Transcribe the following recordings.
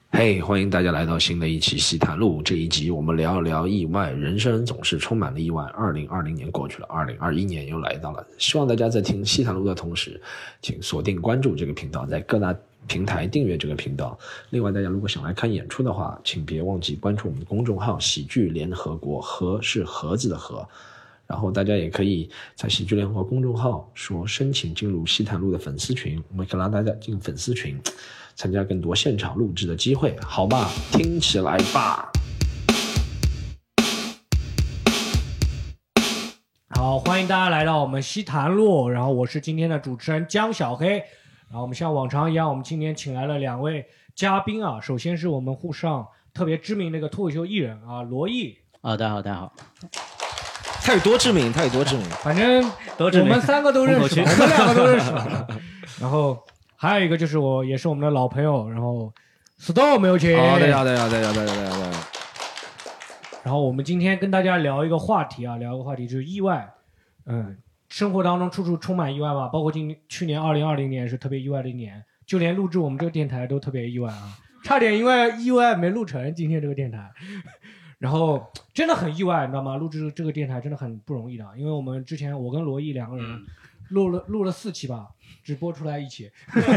嘿，欢迎大家来到新的一期西谈录。这一集我们聊一聊意外，人生总是充满了意外。2020年过去了，2021年又来到了。希望大家在听西谈录的同时，请锁定关注这个频道，在各大平台订阅这个频道。另外，大家如果想来看演出的话，请别忘记关注我们的公众号喜剧联合国，和是盒子的和。然后大家也可以在喜剧联合国公众号说申请进入西谈录的粉丝群，我们可以拉大家进粉丝群，参加更多现场录制的机会，好吧？听起来吧。 好，欢迎大家来到我们西谈录，然后我是今天的主持人江小黑，然后我们像往常一样，我们今天请来了两位嘉宾啊，首先是我们沪上特别知名的一个脱口秀艺人啊，罗毅大家好，大家好。 他有多知名？ 反正我们三个都认识，我们两个都认识。然后还有一个就是也是我们的老朋友，然后 Storm 没有请。 好的。 然后我们今天跟大家聊一个话题就是意外。生活当中处处充满意外吧，包括去年2020年是特别意外的一年，就连录制我们这个电台都特别意外啊，差点因为意外没录成今天这个电台。然后真的很意外，你知道吗？录制这个电台真的很不容易的，因为我们之前我跟罗毅两个人录了4期吧，只播出来1期。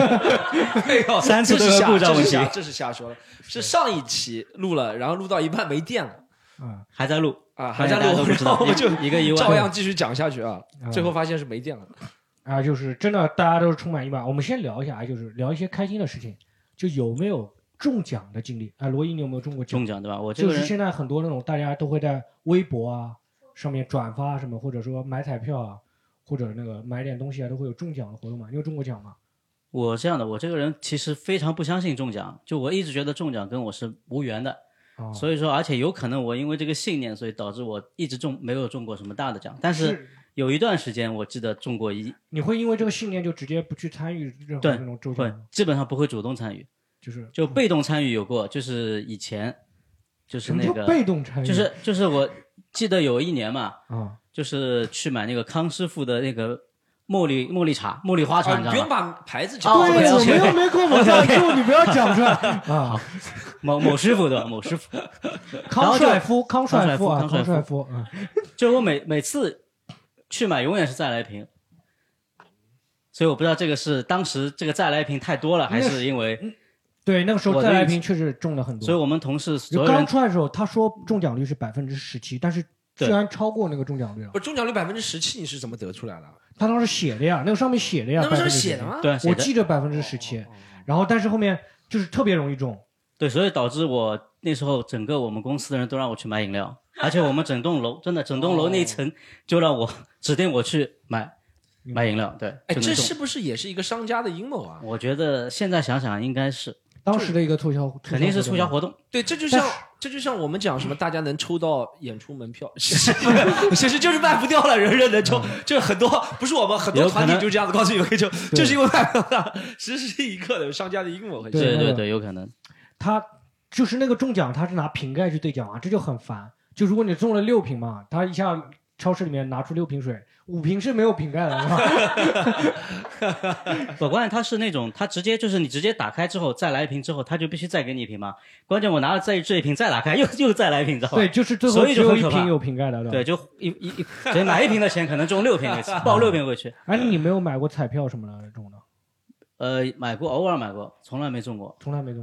3次都有故障问题， 这是瞎说的。是上一期录了，然后录到一半没电了， 还在录啊，还在录， 不知道， 我就一个意外， 照样继续讲下去啊。最后发现是没电了啊，就是真的大家都是充满意外。我们先聊一下，就是聊一些开心的事情，就有没有中奖的经历？罗毅，你有没有中过奖？ 中奖对吧？我这个人就是现在很多那种大家都会在微博啊上面转发什么，或者说买彩票啊，或者那个买点东西啊，都会有中奖的活动嘛？你有中过奖吗？ 我这样的，我这个人其实非常不相信中奖，就我一直觉得中奖跟我是无缘的。所以说，而且有可能我因为这个信念，所以导致我一直没有中过什么大的奖。但是有一段时间我记得中过你会因为这个信念就直接不去参与任何那种抽奖？ 对，基本上不会主动参与。就被动参与有过，就是以前就是那个被动参与， 就是我记得有一年嘛，就是去买那个康师傅的那个茉莉花茶，你知道吗？ 不用把牌子讲出来。对，我们又没跟我们赞助，你不要讲出来啊。 某师傅对吧？某师傅， 康帅夫。 就我每次去买，永远是再来一瓶。所以我不知道这个是当时这个再来一瓶太多了，还是因为。 对，那个时候再来一瓶确实中了很多， 所以我们同事刚出来的时候，他说中奖率是17%，但是居然超过那个中奖率了。 不，中奖率17%，你是怎么得出来的？ 他当时写的呀，那个上面写的呀。 那个上面写的吗？ 对， 我记着17%，然后但是后面就是特别容易中。 对，所以导致我那时候整个我们公司的人都让我去买饮料，而且我们整栋楼真的整栋楼那一层就让我指定我去买饮料。对， 这是不是也是一个商家的阴谋啊？ 我觉得现在想想应该是。 当时的一个促销肯定是促销活动。 对，这就像我们讲什么大家能抽到演出门票，其实就是卖不掉了，人能抽，就是很多不是我们很多团体就这样子告诉你们可以抽，就是因为卖不掉了，其实是一个的商家的阴谋。 对，有可能。 他就是那个中奖，他是拿瓶盖去兑奖啊，这就很烦。就如果你中了6瓶嘛，他一下超市里面拿出6瓶水，5瓶是没有瓶盖的，是吧？ 不，关键他是那种，他直接就是你直接打开之后再来一瓶之后，他就必须再给你一瓶嘛。关键我拿了这一瓶再打开，又再来一瓶，知道吧？ 对，就是最后只有1瓶有瓶盖的， 对，就所以买1瓶的钱可能中6瓶回去，报6瓶回去。 你没有买过彩票什么的中的？ 买过，偶尔买过，从来没中过。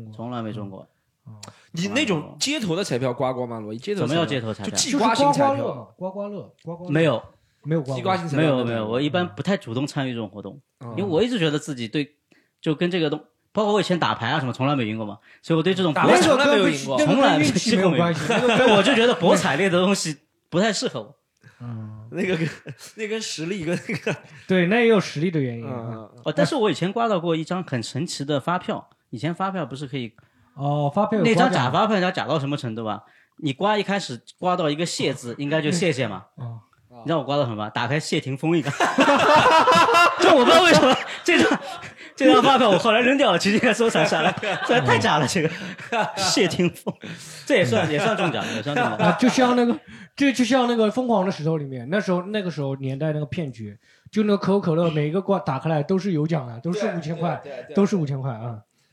你那种街头的彩票刮过吗？罗毅，街头什么叫街头彩票？ 就季刮型彩票， 刮刮乐， 没有季刮型彩票没有，我一般不太主动参与这种活动，因为我一直觉得自己对，就跟这个包括我以前打牌啊什么，从来没赢过嘛，所以我对这种打牌从来没有赢过， 从来没有关系。 我就觉得博彩类的东西不太适合我。 那跟实力跟那个对，那也有实力的原因。 但是我以前刮到过一张很神奇的发票，以前发票不是可以。 发票那张假发票，人家假到什么程度吧？你一开始刮到一个谢字，应该就谢谢嘛。你知道我刮到什么？打开谢霆锋一个，就我不知道为什么这张发票我后来扔掉了，其实应该收藏下来，这太假了。这个谢霆锋，这也算中奖，也算中奖。 就像那个《疯狂的石头》里面，那个时候年代那个骗局，就那个可口可乐每一个打开来都是有奖的，都是5000块，都是5000块啊。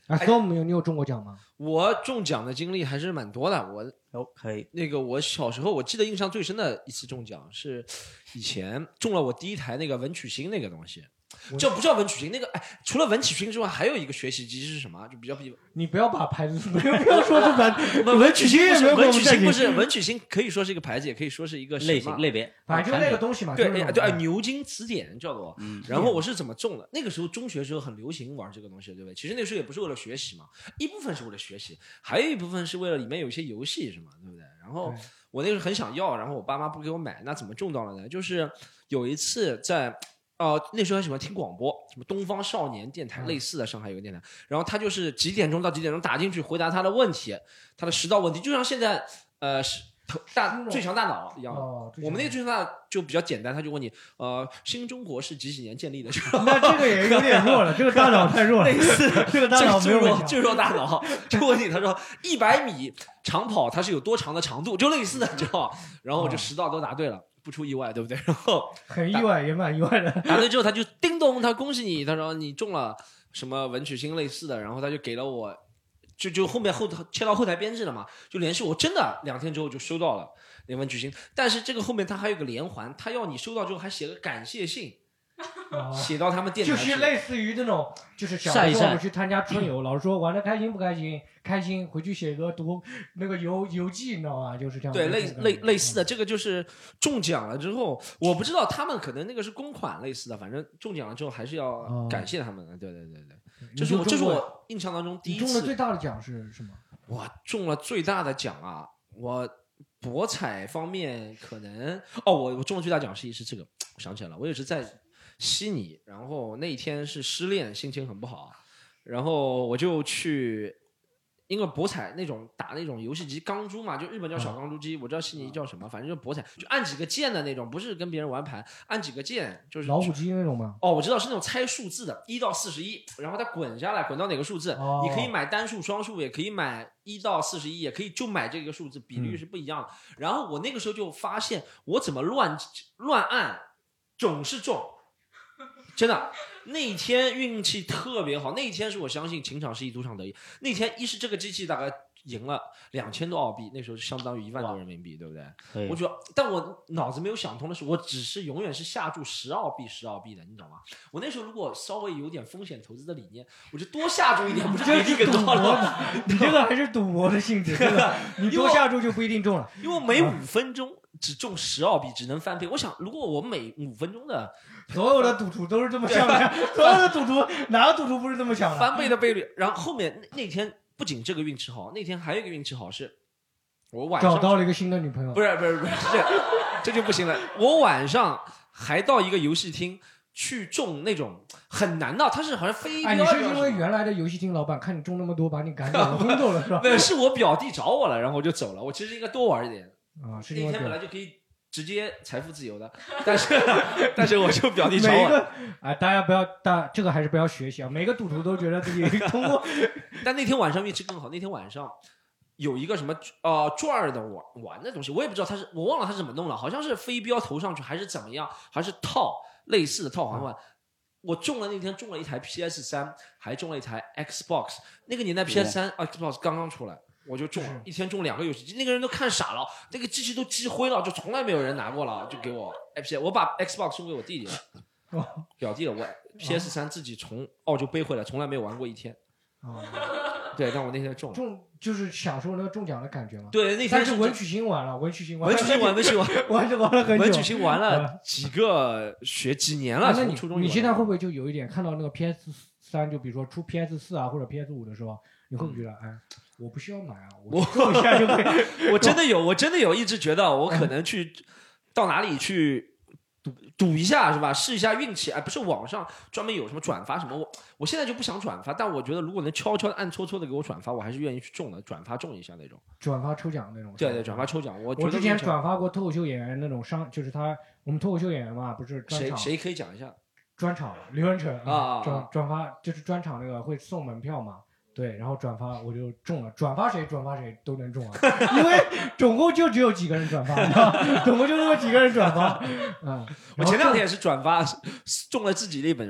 Storm 你有中过奖吗？ 我中奖的经历还是蛮多的。 可以。 那个我小时候我记得印象最深的一次中奖是以前中了我第一台那个文曲星那个东西。这不叫文曲星，那个除了文曲星之外，还有一个学习机是什么？就比较你不要把牌子不要说出来。文曲星也没有文曲星不是文曲星，可以说是一个牌子，也可以说是一个类型类别， 反正就那个东西嘛。 对，牛津词典叫做。然后我是怎么中的？那个时候中学时候很流行玩这个东西，对不对？其实那时候也不是为了学习嘛，一部分是为了学习，还有一部分是为了里面有一些游戏是嘛，对不对？然后我那个时候很想要，然后我爸妈不给我买，那怎么中到了呢？就是有一次在。那时候还喜欢听广播，什么东方少年电台类似的，上海有个电台，然后他就是几点钟到几点钟打进去回答他的问题，他的10道问题，就像现在最强大脑一样。我们那个最强大脑就比较简单，他就问你新中国是几年建立的？ 那这个也有点弱了，这个大脑太弱了。 类似这个大脑没有最弱大脑，就问你，他说100米长跑它是有多长的长度，就类似的，知道？然后我就10道都答对了。不出意外，对不对？然后很意外，也蛮意外的。 答对之后，他就叮咚，他恭喜你，他说你中了什么文曲星类似的，然后他就给了我，就后面切到后台编制了嘛，就联系我，真的2天之后就收到了那文曲星。但是这个后面他还有个连环，他要你收到之后还写个感谢信。写到他们电台就是类似于这种，就是小时候我们去参加春游，老师说玩的开心不开心？开心，回去写个那个游记，你知道吗？就是这样。 对，类似的，这个就是中奖了之后，我不知道他们可能那个是公款类似的，反正中奖了之后还是要感谢他们的。对，这是我印象当中第一次。 你中了最大的奖是什么？ 我中了最大的奖啊！我博彩方面可能我中了最大奖是这个，我想起来了，我也是在悉尼，然后那一天是失恋，心情很不好，然后我就去，因为博彩那种打那种游戏机钢珠嘛，就日本叫小钢珠机，我知道悉尼叫什么，反正就博彩，就按几个键的那种，不是跟别人玩盘，按几个键就是老虎机那种吗？ 我知道是那种猜数字的，1到41，然后它滚下来，滚到哪个数字，你可以买单数、双数，也可以买1到41，也可以就买这个数字，比率是不一样的。然后我那个时候就发现，我怎么乱按，总是中。真的，那一天运气特别好。那一天是我相信情场失意，赌场得意。那天一是这个机器大概赢了2000多澳币，那时候相当于1万多人民币，对不对？我觉得，但我脑子没有想通的是，我只是永远是下注10澳币的，你知道吗？我那时候如果稍微有点风险投资的理念，我就多下注一点，不是比例更高了？ 你这个还是赌博的性质，这个你多下注就不一定中了， 因为每5分钟只中10澳币，只能翻倍。我想，如果我每5分钟的所有的赌徒都是这么想的，所有的赌徒哪个赌徒不是这么想的？ 翻倍的倍率。然后后面那天不仅这个运气好，那天还有一个运气好是，我晚上找到了一个新的女朋友。 不是，这就不行了。我晚上还到一个游戏厅去中那种很难的，他是好像非标。 你是因为原来的游戏厅老板看你中那么多，把你赶走了，轰走了是吧？ 没有，是我表弟找我了，然后我就走了。我其实应该多玩一点啊，是那天本来就可以直接财富自由的，但是我就表弟找我。 大家不要这个还是不要学习啊！每个赌徒都觉得自己通过。 但那天晚上运气更好，那天晚上有一个什么转的玩的东西，我也不知道我忘了他是怎么弄了，好像是飞镖投上去还是怎么样，还是套类似的套环环。我那天中了一台 PS3， 还中了一台 Xbox。那个年代 PS3 Xbox 刚刚出来。我就中了，一天中2个游戏机，那个人都看傻了，那个机器都积灰了，就从来没有人拿过了，就给我 PS， 我把 Xbox 送给我弟弟了，表弟了，我 PS3 自己从澳洲背回来，从来没有玩过一天。对，但我那天中就是享受那个中奖的感觉嘛。 对，那天但是文曲星玩了，文曲星玩了很久， 文曲星玩了几年了。从初中你现在会不会就有一点看到那个 PS3，就比如说出 PS4啊或者 PS5的时候，你会不会觉得我不需要买啊，我中一下就可以。 我真的有一直觉得我可能去到哪里去赌一下是吧？试一下运气。不是网上专门有什么转发什么，我现在就不想转发，但我觉得如果能悄悄的暗搓搓的给我转发，我还是愿意去中的，转发中一下那种。 转发抽奖那种。 对，转发抽奖。我之前转发过脱口秀演员那种就是我们脱口秀演员嘛，不是专场。 谁可以讲一下？ 专场刘仁成转发就是专场那个会送门票嘛。对，然后转发我就中了，转发谁都能中啊，因为总共就只有几个人转发，总共就那么几个人转发。 我前2天也是转发中了自己的一本书，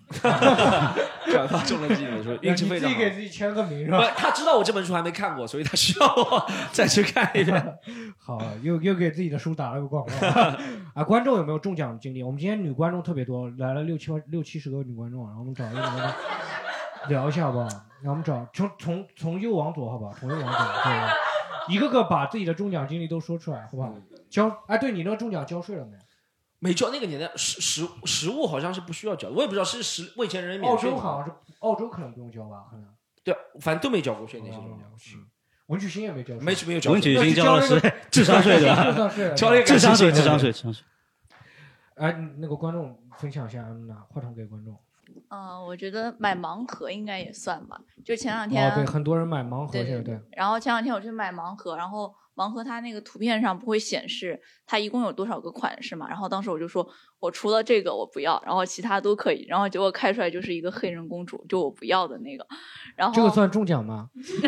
转发中了这本书，运气非常好。 你自己给自己签个名是吧？ 他知道我这本书还没看过，所以他需要我再去看一遍。 好，又给自己的书打了个广告啊！观众有没有中奖经历？我们今天女观众特别多，来了六七十个女观众，然后我们找一个聊一下好不好？然后我们找从右往左好不好？从右往左，对，一个个把自己的中奖经历都说出来好不好？对你那个中奖交税了没有？ 没交，那个年代食物好像是不需要交，我也不知道是未成年人免税。 澳洲好像是澳洲可能不用交吧，可能。 对，反正都没交过税那些中奖。 文曲星也没交税， 没有交税。 文曲星交的是智商税对吧？ 交了智商税。 哎，那个观众分享一下，拿话筒给观众。 我觉得买盲盒应该也算吧。就前两天， 对，很多人买盲盒， 对。然后前两天我去买盲盒，然后盲盒它那个图片上不会显示它一共有多少个款式嘛？然后当时我就说，我除了这个我不要，然后其他都可以。然后结果开出来就是一个黑人公主，就我不要的那个。然后这个算中奖吗？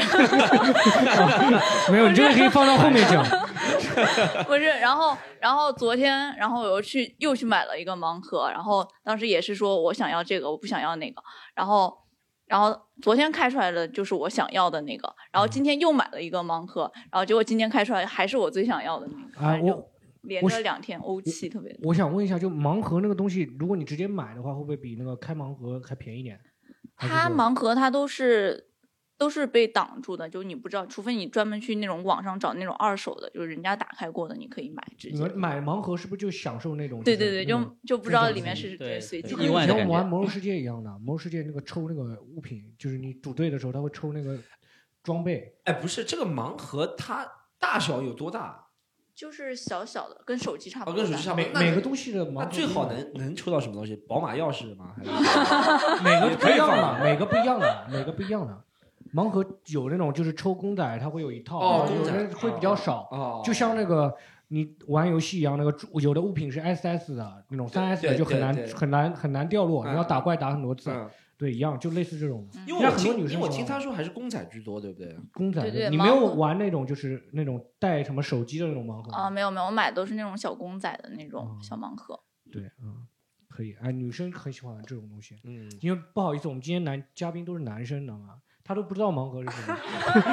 没有，你这个可以放到后面讲。 不是，然后昨天，然后我又去买了一个盲盒，然后当时也是说我想要这个，我不想要那个，然后昨天开出来的就是我想要的那个，然后今天又买了一个盲盒，然后结果今天开出来还是我最想要的那个。连着2天欧气特别多。 我想问一下，就盲盒那个东西，如果你直接买的话，会不会比那个开盲盒还便宜点？ 它盲盒它都是被挡住的，就你不知道，除非你专门去那种网上找那种二手的，就是人家打开过的，你可以买。直接你们买盲盒是不是就享受那种？ 对，就不知道里面是随机。 意外的感觉。 跟玩魔兽世界一样的，魔兽世界那个抽那个物品，就是你组队的时候，他会抽那个装备。 哎，不是，这个盲盒它大小有多大？ 就是小小的，跟手机差不多。 跟手机差不多。 每个东西的盲盒最好能抽到什么东西？宝马钥匙吗？还是每个不一样的，每个不一样的。盲盒有那种就是抽公仔，它会有一套，有的会比较少。就像那个你玩游戏一样，那个有的物品是 SS 的那种，3S 的就很难掉落，你要打怪打很多次。对，一样，就类似这种。 因为我听他说还是公仔居多，对不对？ 公仔， 对， 你没有玩那种就是那种带什么手机的那种盲盒啊？没有，我买的都是那种小公仔的那种小盲盒。 对，可以。哎，女生很喜欢这种东西。因为不好意思，我们今天嘉宾都是男生，知道吗？他都不知道盲盒是什么。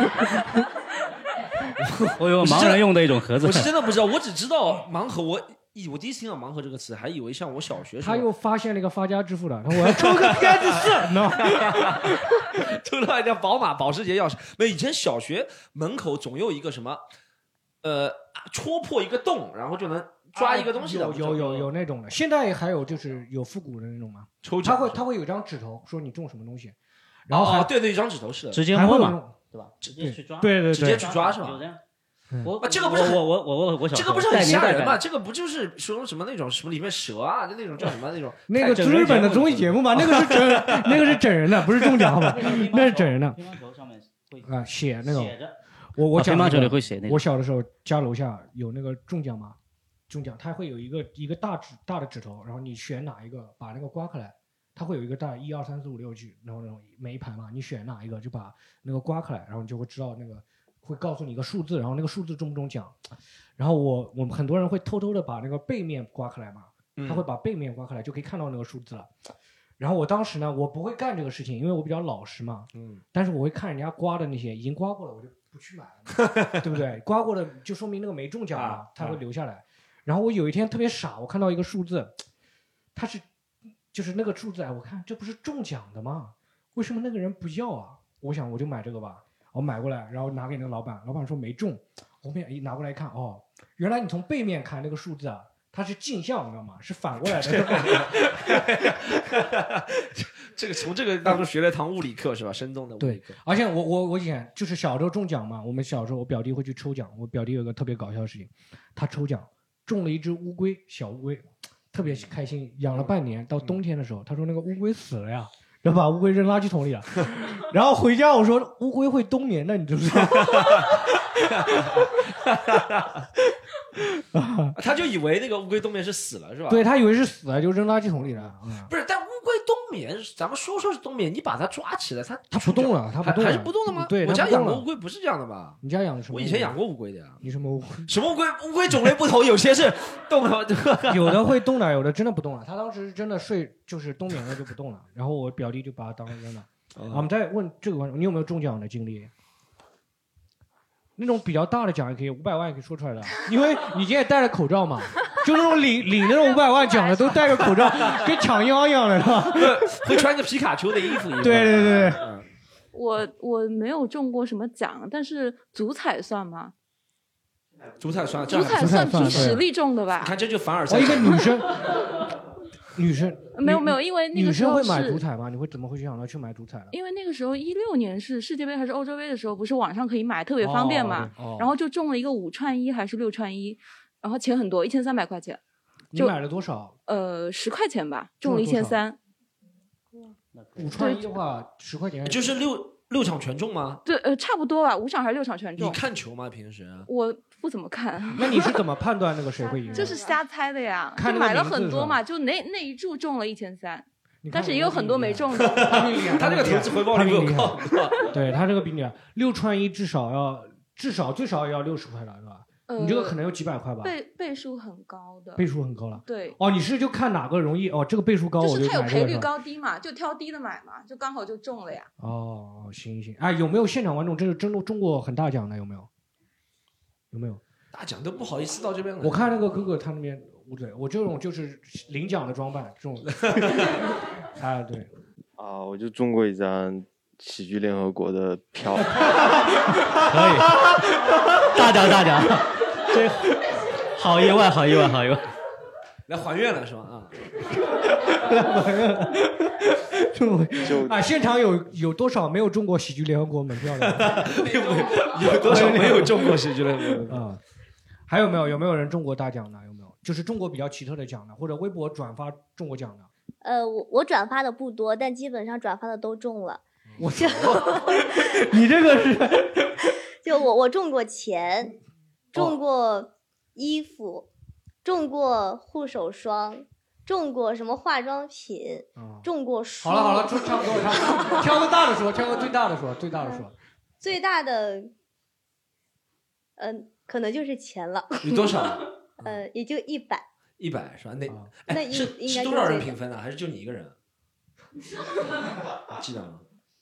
我有盲人用的一种盒子。 我是真的不知道，我只知道盲盒。我第一次听到盲盒这个词，还以为像我小学时候。 他又发现了一个发家致富的，我要抽个 PS4，你知道吗？ 抽到一辆宝马保时捷钥匙。没，以前小学门口总有一个什么，戳破一个洞，然后就能抓一个东西的。 有那种的。现在还有就是有复古的那种吗？ 抽奖他会有一张纸头，说你中什么东西，然后对，一张纸头是直接摸嘛，对吧？直接去抓。 对， 直接去抓是吧？ 有这样。 这个不是我小这个不是很吓人吗？这个不就是说什么那种什么里面蛇啊，就那种叫什么那种那个日本的综艺节目嘛，那个是整人的，不是中奖好吧？那是整人的。 乒乓球上面会写那种。 写着。 我讲乒乓球里会写那种。 我小的时候家楼下有那个中奖嘛，中奖它会有一个大的指头，然后你选哪一个，把那个刮开来，它会有一个大1、2、3、4、5、6句，然后那种每一排嘛，你选哪一个就把那个刮开来，然后你就会知道那个。会告诉你一个数字，然后那个数字中不中奖，然后我们很多人会偷偷的把那个背面刮开来嘛，他会把背面刮开来就可以看到那个数字了。然后我当时呢，我不会干这个事情，因为我比较老实嘛，但是我会看人家刮的那些已经刮过了，我就不去买了，对不对？刮过的就说明那个没中奖嘛，他会留下来。然后我有一天特别傻，我看到一个数字，它是就是那个数字，我看这不是中奖的吗？为什么那个人不要啊？我想我就买这个吧。我买过来，然后拿给那个老板，老板说没中，后面一拿过来一看，原来你从背面看那个数字啊，它是镜像，你知道吗？是反过来的。 这个从这个当中学了一堂物理课是吧？生动的物理课。 对，而且我以前就是小时候中奖嘛，我们小时候我表弟会去抽奖，我表弟有一个特别搞笑的事情，他抽奖中了一只乌龟，小乌龟，特别开心，养了半年，到冬天的时候，他说那个乌龟死了呀。然后把乌龟扔垃圾桶里了，然后回家我说乌龟会冬眠的，你知不知道？ 他就以为那个乌龟冬眠是死了是吧？ 对，他以为是死了，就扔垃圾桶里了。 不是，但乌龟冬眠，咱们说是冬眠，你把它抓起来，它不动了，它不动了， 还是不动的吗？ 对， 我家养的乌龟不是这样的吧？ 你家养的什么？ 我以前养过乌龟的呀。 你什么乌龟？ 什么乌龟？乌龟种类不同，有些是动的， 有的会动的，有的真的不动了。他当时真的睡，就是冬眠了就不动了。然后我表弟就把它当扔了。我们再问这个问题，你有没有中奖的经历？那种比较大的奖也可以，500万也可以说出来的，因为你今天也戴着口罩嘛，就那种领那种500万奖的都戴着口罩，跟抢央一样的，是吧？ 会穿个皮卡丘的衣服。 对。 我没有中过什么奖，但是足彩算吗？ 足彩算， 足彩算凭实力中的吧？ 你看这就凡尔赛。 一个女生没有，因为那个时候女生会买足彩吗？你怎么会想到去买足彩了？ 因为那个时候16年是世界杯还是欧洲杯的时候，不是网上可以买，特别方便嘛。然后就中了一个5串1还是6串1，然后钱很多，1300块钱。 你买了多少 ？10块钱吧，中了1300。 5串1的话，10块钱就是六场全中吗？ 对，差不多吧，5场还是6场全中。 你看球吗？平时？ 我不怎么看。 那你是怎么判断那个谁会赢？ 就是瞎猜的呀， 就买了很多嘛，就那一注中了1300，但是也有很多没中的。 他这个投资回报率比我高。 对他这个比你6串1至少最少也要60块了，是吧？你这个可能有几百块吧？ 倍数很高的。 倍数很高了。 对。 你是就看哪个容易这个倍数高我就买这个。 就是它有赔率高低嘛，就挑低的买嘛，就刚好就中了呀。 行。有没有现场观众？这是真中过很大奖的有没有？有没有？ 大奖都不好意思到这边来。 我看那个哥哥他那边捂嘴，我这种就是领奖的装扮，这种。对。 我就中过一张喜剧联合国的票。可以。大奖。这好意外。 来还愿了是吧？ 现场有多少没有中过喜剧联合国门票的？ 有多少没有中过喜剧联合国？ 还有没有？有没有人中过大奖的？有没有？就是中国比较奇特的奖的，或者微博转发中过奖的？ 我转发的不多，但基本上转发的都中了。 你这个是？ 就我中过钱，中过衣服，中过护手霜，中过什么化妆品，中过书。 好了，差不多，挑个大的说，挑个最大的说。 最大的，可能就是钱了。 你多少？ 也就100。 100是吧？ 那是多少人评分的？还是就你一个人？记得吗？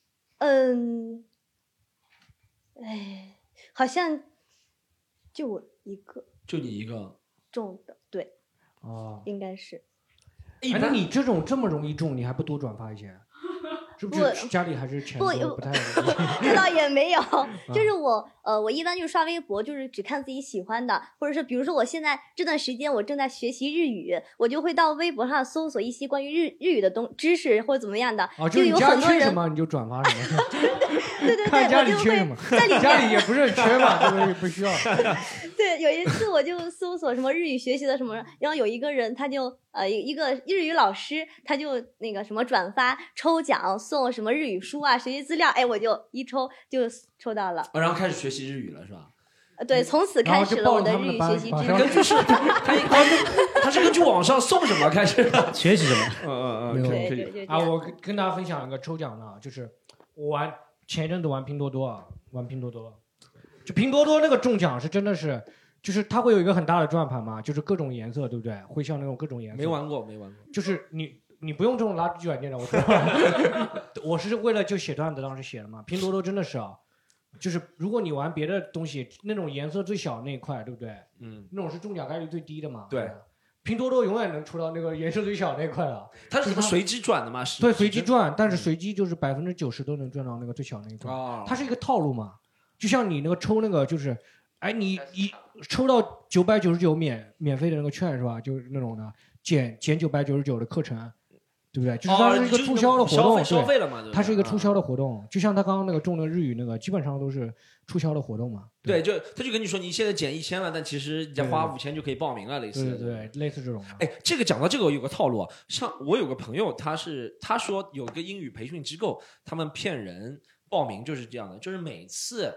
好像就我一个。 就你一个中的，对。应该是。 那你这么容易中，你还不多转发一些？是不是家里还是钱不太？ 这倒也没有，就是我一般就是刷微博，就是只看自己喜欢的，或者是比如说我现在这段时间我正在学习日语，我就会到微博上搜索一些关于日语的知识或者怎么样的， 就有很多人什么你就转发什么。 对， 看家里缺什么，家里也不是很缺嘛，对不需要。 对，有一次我就搜索什么日语学习的什么，然后有一个人他就一个日语老师，他就那个什么转发抽奖送什么日语书啊学习资料，我就一抽就抽到了。 然后开始学习日语了是吧？ 对，从此开始了我的日语学习之路。 他是根据网上送什么开始学习什么？ 对我跟大家分享一个抽奖的，就是我前一阵子玩拼多多，就拼多多那个中奖是真的是，就是它会有一个很大的转盘嘛，就是各种颜色，对不对？会像那种各种颜色。 没玩过。 就是你不用这种垃圾软件的，我知道。我是为了就写段子当时写的嘛。拼多多真的是就是如果你玩别的东西，那种颜色最小那一块，对不对？那种是中奖概率最低的嘛。 对。 拼多多永远能抽到那个颜色最小那一块了。 它是什么随机转的吗？ 对，随机转，但是随机就是90%都能转到那个最小那一块。它是一个套路嘛，就像你那个抽那个就是，你抽到999免费的那个券是吧？就是那种的减999的课程，对不对？就是它是一个促销的活动， 消费了嘛？ 它是一个促销的活动，就像他刚刚那个中的日语那个，基本上都是促销的活动嘛。 对，他就跟你说你现在减1000了，但其实你再花5000就可以报名了，类似。 对，类似这种。 这个讲到这个有个套路，像我有个朋友，他说有一个英语培训机构，他们骗人报名就是这样的，就是每次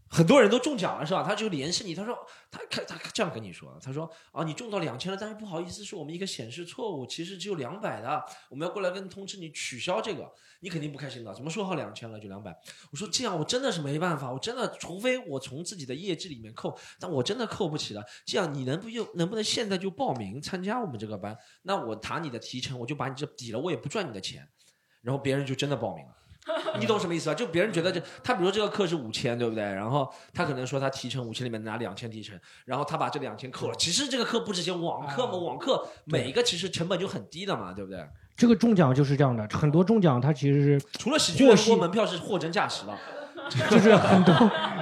很多人都中奖了是吧？他就联系你，他说他这样跟你说，他说啊你中到2000了，但是不好意思，是我们一个显示错误，其实只有200的，我们要过来跟通知你取消这个，你肯定不开心的，怎么说好2000了就200？我说这样我真的是没办法，我真的除非我从自己的业绩里面扣，但我真的扣不起的。这样你能不能现在就报名参加我们这个班？那我打你的提成，我就把你这抵了，我也不赚你的钱，然后别人就真的报名了。你懂什么意思吧？就别人觉得他比如说这个课是5000，对不对？然后他可能说他提成5000里面拿2000提成，然后他把这2000扣了。其实这个课不值钱，网课嘛，网课每一个其实成本就很低的嘛，对不对？ 这个中奖就是这样的，很多中奖它其实是除了喜剧联播门票是货真价实了， 就是很多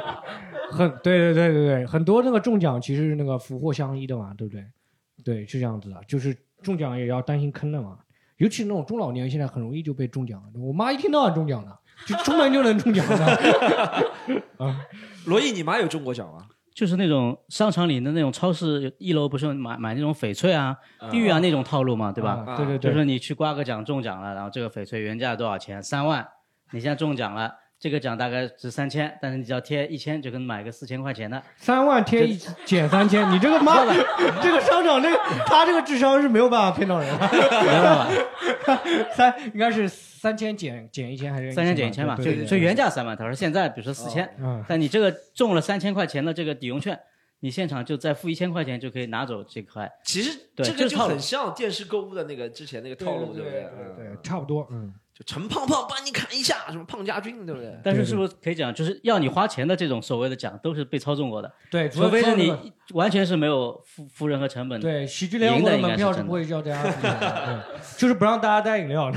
对，很多那个中奖其实是那个福祸相依的嘛，对不对？对，是这样子的，就是中奖也要担心坑的嘛。尤其那种中老年现在很容易就被中奖了，我妈一天到晚中奖的，就出门就能中奖的。啊， 罗毅，你妈有中过奖吗？ 就是那种商场里的那种超市1楼不是买那种翡翠啊、玉啊那种套路嘛，对吧？ 对， 就是你去刮个奖中奖了，然后这个翡翠原价多少钱？3万，你现在中奖了。这个奖大概值3000，但是你只要贴1000就跟买个4000块钱的。 3万贴减3000，你这个妈的，这个商场他这个智商是没有办法骗到人的。 没办法， 应该是3000减1000还是 3000减1000吧？就原价3万，他说现在比如说4000，但你这个中了3000块钱的这个抵用券，你现场就再付1000块钱就可以拿走这块。 其实这个就很像电视购物的那个之前那个套路，对不对？ 对，差不多， 就陈胖胖帮你看一下，什么胖家军，对不对？ 但是是不是可以讲，就是要你花钱的这种所谓的奖，都是被操纵过的？ 对， 除非是你完全是没有付任何成本的。 对，喜剧联播的门票是不会叫大家付的，就是不让大家带饮料。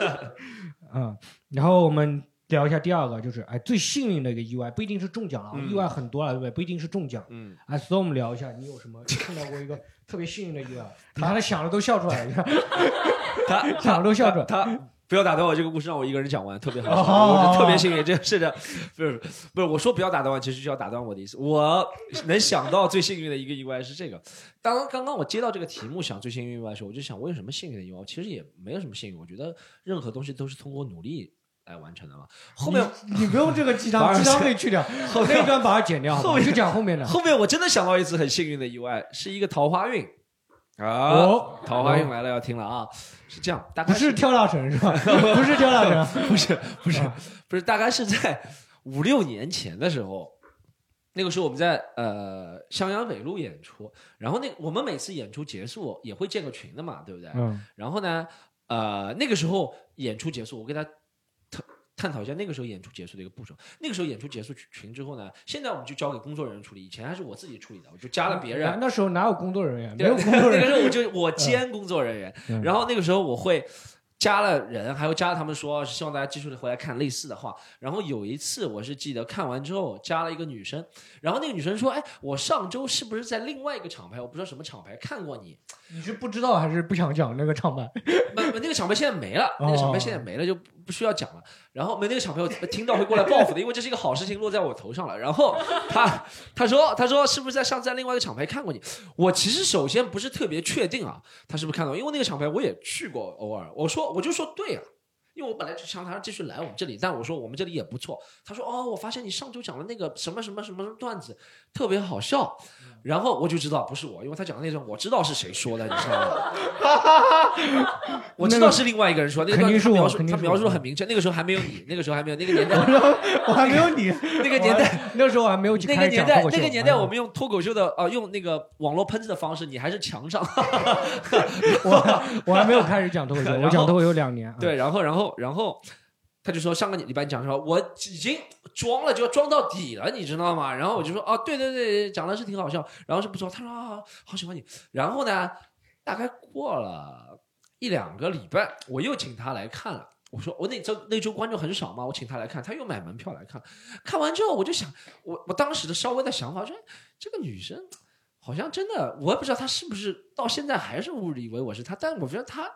然后我们聊一下第二个，就是最幸运的一个意外，不一定是中奖了，意外很多了，对不对？不一定是中奖。所以我们聊一下，你有什么碰到过一个特别幸运的意外？你看他想了都笑出来了，他想了都笑出来。 他不要打断我，这个故事让我一个人讲完，特别好，我特别幸运，这个是的，不是，我说不要打断我，其实就要打断我的意思。我能想到最幸运的一个意外是这个。刚刚我接到这个题目想最幸运意外的时候，我就想我有什么幸运的意外？我其实也没有什么幸运，我觉得任何东西都是通过努力来完成的嘛。后面你不用这个鸡汤可以去掉，那段把它剪掉，后面就讲后面的。 后面我真的想到一次很幸运的意外，是一个桃花运。桃花运来了，要听了啊！是这样，大概不是跳大神是吧？不是跳大神， 不是，大概是在5、6年前的时候，那个时候我们在襄阳北路演出，然后我们每次演出结束也会建个群的嘛，对不对？然后呢，那个时候演出结束，我跟他探讨一下那个时候演出结束的一个步骤。那个时候演出结束群之后呢，现在我们就交给工作人员处理，以前还是我自己处理的，我就加了别人。 那时候哪有工作人员？没有工作人员。 那个时候我兼工作人员，然后那个时候我会加了人，还有加了他们说希望大家继续回来看类似的话。然后有一次我是记得看完之后加了一个女生，然后那个女生说：“哎，我上周是不是在另外一个厂牌？我不知道什么厂牌看过你。” 你是不知道还是不想讲那个厂牌？ 那个厂牌现在没了，那个厂牌现在没了就不需要讲了。然后那个厂牌我听到会过来报复的，因为这是一个好事情落在我头上了。然后他说是不是在另外一个厂牌看过你？我其实首先不是特别确定啊，他是不是看到？因为那个厂牌我也去过，偶尔我就说对啊。因为我本来就想他继续来我们这里，但我说我们这里也不错。他说我发现你上周讲的那个什么什么什么段子特别好笑，然后我就知道不是我，因为他讲的那段我知道是谁说的，你知道吗？我知道是另外一个人说，那个段子他描述的很明确。那个时候还没有你，那个时候还没有那个年代， 我还没有你那个年代， 那时候我还没有那个年代我们用脱口秀的用那个网络喷子的方式，你还是墙上。 我还没有开始讲脱口秀，我讲脱口秀2年。 对，然后他就说上个礼拜讲说我已经装了，就要装到底了，你知道吗？然后我就说对，讲的是挺好笑，然后是不错。他说好喜欢你。然后呢，大概过了1、2个礼拜，我又请他来看了。我说我那周观众很少嘛，我请他来看，他又买门票来看。看完之后我就想，我当时的稍微的想法说，这个女生好像真的，我也不知道她是不是到现在还是误以为我是她，但我觉得她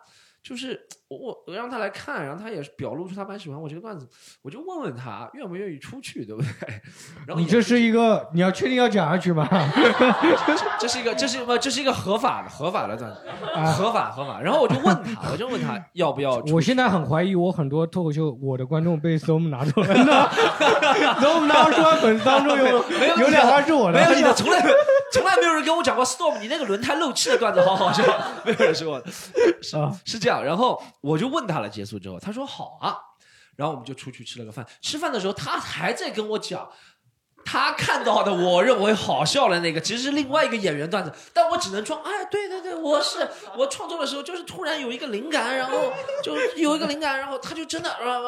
就是我让他来看，然后他也表露出他蛮喜欢我这个段子，我就问问他愿不愿意出去，对不对？然后你这是一个你要确定要讲下去吗？ 这是一个合法的段子，合法。然后我就问他要不要出去。 我现在很怀疑我很多脱口秀我的观众被 Storm 拿走了呢。Storm 拿出来粉丝当中有两个是我的， 没有你的，从来没有人跟我讲过 Storm 你那个轮胎漏气的段子好好笑，没有人说是这样。然后我就问他了，结束之后他说好啊，然后我们就出去吃了个饭。吃饭的时候他还在跟我讲他看到的我认为好笑的那个其实是另外一个演员段子，但我只能装对，我创作的时候就是突然有一个灵感，然后然后他就真的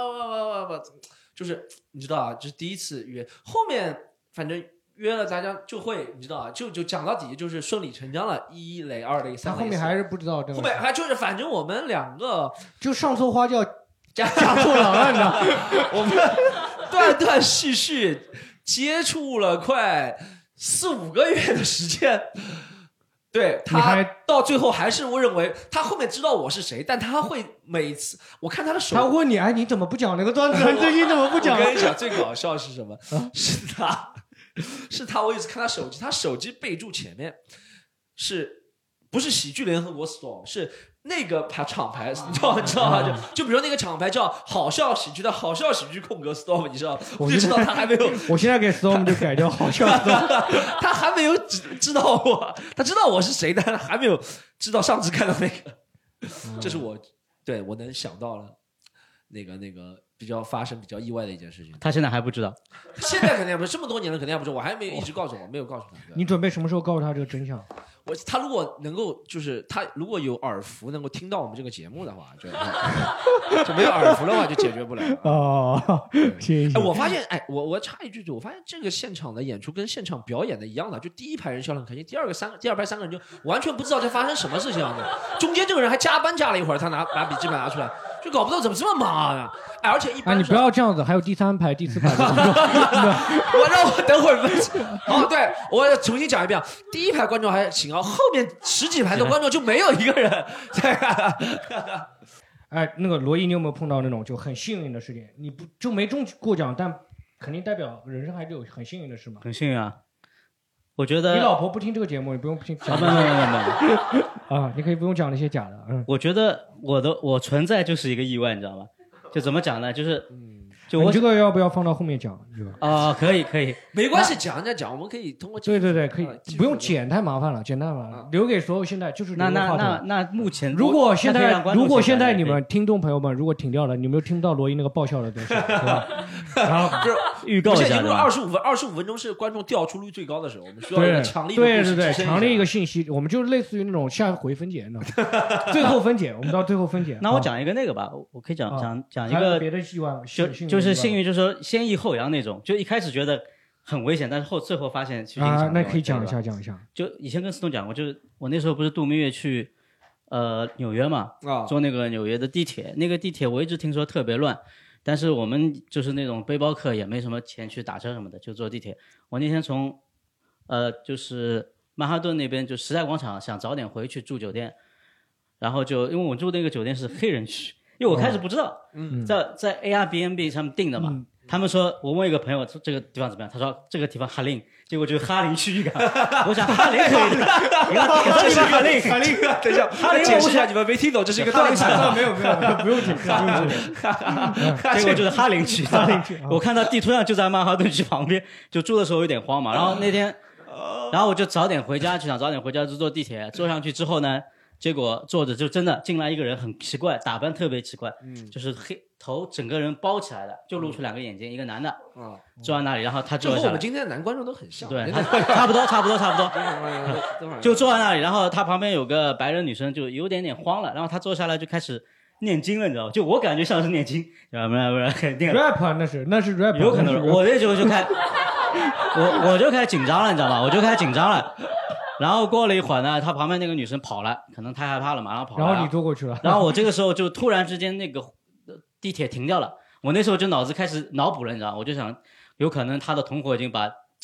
就是你知道啊，就是第一次约，后面反正约了大家就会你知道啊，就讲到底就是顺理成章了，1垒2垒3垒。他后面还是不知道， 后面还就是反正我们两个就上错花轿嫁错郎了，你知道？ 我们断断续续接触了快4-5个月的时间。对，他到最后还是我认为他后面知道我是谁，但他会每次我看他的手， 他问你你怎么不讲那个段子？最近怎么不讲？ 我跟你讲最搞笑是什么？是他我一直看他手机，他手机备注前面不是喜剧联合国 Storm， 是那个厂牌，你知道吗？就比如那个厂牌叫好笑喜剧的好笑喜剧空格 Storm， 你知道？我就知道他还没有。 我现在给 Storm 就改掉好笑 Storm， 他还没有知道我，他知道我是谁，但还没有知道上次看到那个。这是我能想到了那个发生比较意外的一件事情。 他现在还不知道， 现在肯定不是，这么多年了肯定还不知道，我还没有一直告诉我，没有告诉他。 你准备什么时候告诉他这个真相？ 他如果能够，就是他如果有耳福能够听到我们这个节目的话，就没有耳福的话就解决不了。 谢谢。 我发现，我插一句，我发现这个现场的演出跟现场表演的一样的，就第一排人笑得很开心，第二排3个人就完全不知道在发生什么事情啊！中间这个人还加班加了一会儿，他拿笔记本拿出来，就搞不懂怎么这么忙啊！而且一般你不要这样子，还有第3排、第4排。 让我等会儿对，我重新讲一遍，第一排观众还行啊，后面10几排的观众就没有一个人在看。 那个罗毅，你有没有碰到那种就很幸运的事情？你不就没中过奖，但肯定代表人生还是有很幸运的事嘛？ 很幸运啊！我觉得你老婆不听这个节目，你不用听。 没你可以不用讲那些假的。 我觉得我存在就是一个意外，你知道吗？就怎么讲呢？就是你这个要不要放到后面讲？ 可以， 没关系，讲，我们可以通过对，可以，不用剪，太麻烦了，留给所有现在就是那目前如果现在你们听众朋友们如果停掉了，你们又听不到罗伊那个爆笑的东西，对吧？然后就是预告一下， 因为25分钟是观众掉出率最高的时候，我们需要一个强力的对，强力一个信息，我们就类似于那种下回分解，你知道吗？最后分解，我们到最后分解。 那我讲一个那个吧，我可以讲一个别的意外， 就是幸运，就是说先抑后扬那种，就一开始觉得很危险，但是最后发现其实那可以讲一下。 就以前跟思东讲过，就是我那时候不是度蜜月去纽约嘛，坐那个纽约的地铁，那个地铁我一直听说特别乱，但是我们就是那种背包客也没什么钱去打车什么的，就坐地铁。我那天从就是曼哈顿那边就时代广场想早点回去住酒店，然后就因为我住那个酒店是黑人区。因为我开始不知道，在 Airbnb 上面订的嘛，他们说我问一个朋友这个地方怎么样，他说这个地方哈林，结果就是哈林区域感。我想哈林可以的，这是哈林， 等一下，哈林解释一下，你们没听懂，这是一个段子。 没有，不用解释。 结果就是哈林区，我看到地图上就在曼哈顿区旁边，就住的时候有点慌嘛。然后那天，然后我就早点回家，就坐地铁，坐上去之后呢。结果坐着就真的进来一个人，很奇怪，打扮特别奇怪，就是黑头，整个人包起来的，就露出2个眼睛，一个男的，坐在那里，然后他坐下来。 和我们今天的男观众都很像， 对，差不多，就坐在那里，然后他旁边有个白人女生，就有点慌了，然后他坐下来就开始念经了，你知道吗？就我感觉像是念经，不是肯定 rap 啊，那是 rap， 有可能我那时候就我就开始紧张了，你知道吗？我就开始紧张了。然后过了一会儿呢，他旁边那个女生跑了，可能太害怕了嘛，然后跑了。 然后你坐过去了。 然后我这个时候就突然之间那个地铁停掉了，我那时候就脑子开始脑补了，你知道吗？我就想，有可能他的同伙已经把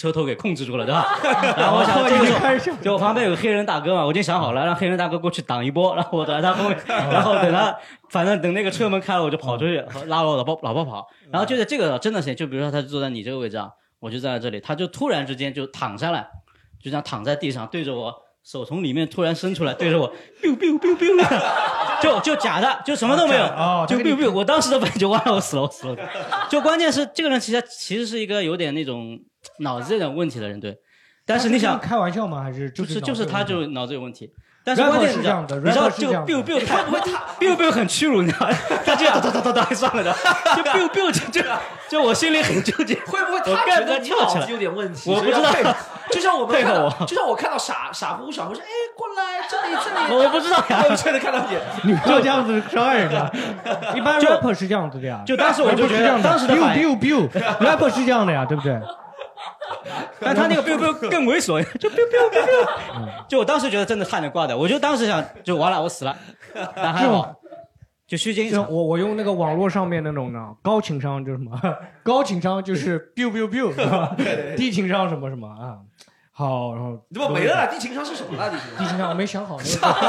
车头给控制住了，对吧？然后我想这个时候，就我旁边有个黑人大哥嘛，我已经想好了，让黑人大哥过去挡一波，然后我躲在他后面，然后反正等那个车门开了，我就跑出去拉我老婆跑。然后就是这个真的是，就比如说他就坐在你这个位置啊，我就站在这里，他就突然之间就躺下来，就这样躺在地上，对着我，手从里面突然伸出来，对着我 biu biu biu biu， 就假的，就什么都没有，就 biu biu。我当时的反应就完了，我死了。就关键是这个人其实是一个有点那种脑子有点问题的人，对。但是你想开玩笑吗？还是就是他就脑子有问题。但是关键是这样的，你知道就 biu biu， 他不会biu biu 很屈辱，你知道吗？他就哒算了的，就 biu biu 就我心里很纠结， 会不会他觉得你脑子有点问题？ 我不知道， 就像我们配合我， 就像我看到傻乎小胡说，哎，过来这里， 我不知道呀， 我真的看到你， 你不要这样子伤害人家。一般 rapper 是这样子的呀， 就当时我就觉得当时的 biu biu rapper 是这样的呀，对不对？ 但他那个 biu biu 更猥琐，就 biu biu biu biu， 就我当时觉得真的差点挂掉，我就当时想就完了，我死了，但还好，就虚惊一场。 我用那个网络上面那种呢，高情商就是什么？高情商就是 biu biu biu， 是吧？低情商什么什么啊？好，然后怎么没了？低情商是什么了？ 低情商我没想好。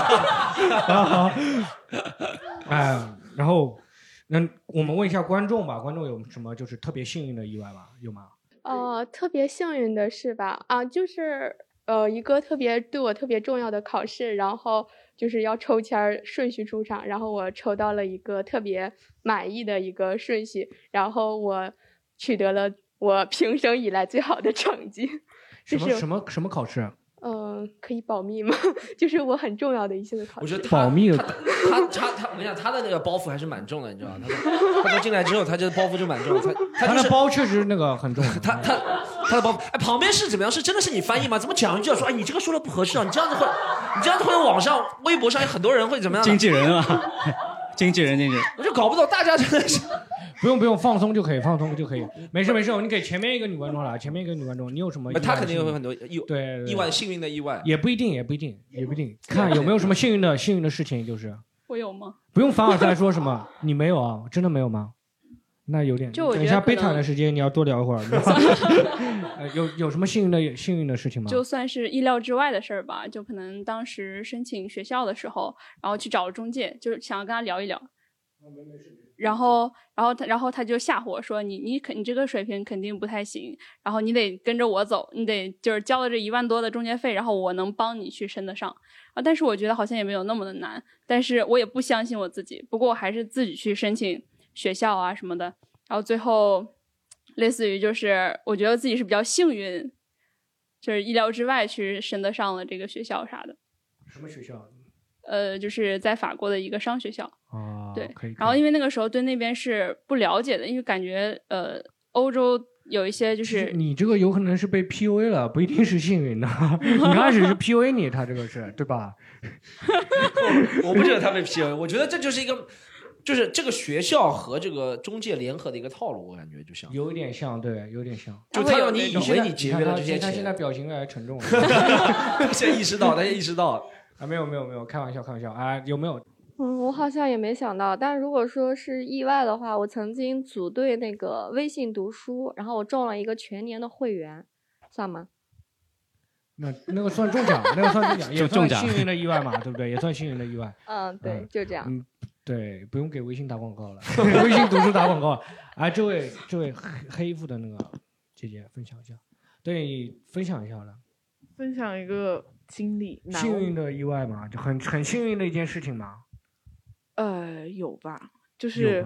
然后那我们问一下观众吧，观众有什么就是特别幸运的意外吗？有吗？ 特别幸运的是吧？就是一个对我特别重要的考试，然后就是要抽签顺序出场，然后我抽到了一个特别满意的一个顺序，然后我取得了我平生以来最好的成绩。 什么考试？ 可以保密吗？就是我很重要的一些的考试。 我觉得保密的。 他，我跟你讲，他的那个包袱还是蛮重的，你知道吗？他进来之后，他这个包袱就蛮重的。 他的包确实那个很重。 他的包，哎，旁边是怎么样？是真的是你翻译吗？怎么讲一句就说，哎，你这个说的不合适啊？你这样子会网上、微博上有很多人会怎么样？ 经纪人啊，经纪人， 我就搞不懂，大家真的是。 不用放松就可以，没事，你给前面一个女观众了，你有什么？ 他肯定有很多对意外，幸运的意外， 也不一定，看有没有什么幸运的事情，就是我有吗？ 不用凡尔赛说什么，你没有啊？真的没有吗？那有点，等一下悲惨的时间你要多聊一会儿。有什么幸运的事情吗？ 就算是意料之外的事儿吧，就可能当时申请学校的时候，然后去找了中介，就是想要跟他聊一聊。然后他就吓唬我说你这个水平肯定不太行，然后你得跟着我走，你得就是交了这1万多的中介费，然后我能帮你去升得上啊。但是我觉得好像也没有那么的难，但是我也不相信我自己，不过我还是自己去申请学校啊什么的，然后最后类似于就是我觉得自己是比较幸运，就是意料之外去升得上了这个学校啥的。 什么学校？ 就是在法国的一个商学校。对， 可以。 然后因为那个时候对那边是不了解的，因为感觉欧洲有一些就是你这个有可能是被 PUA 了，不一定是幸运的。你开始是 PUA 你，他这个是对吧？ 我不觉得他被 PUA， 我觉得这就是一个。就是这个学校和这个中介联合的一个套路，我感觉就像有点像，对，有点像。 就他让你以为你节约了这些钱， 他现在表情越来越沉重了。 他现在意识到啊，没有，开玩笑啊，有没有？ 我好像也没想到，但如果说是意外的话，我曾经组队那个微信读书，然后我中了一个全年的会员，算吗？ 那个算中奖，也算幸运的意外嘛，对不对？也算幸运的意外。 对，就这样。 对，不用给微信打广告了，微信读书打广告。哎，这位黑衣服的那个姐姐分享一下，对，分享一下了。 分享一个经历， 幸运的意外嘛，就很幸运的一件事情嘛。 有吧，就是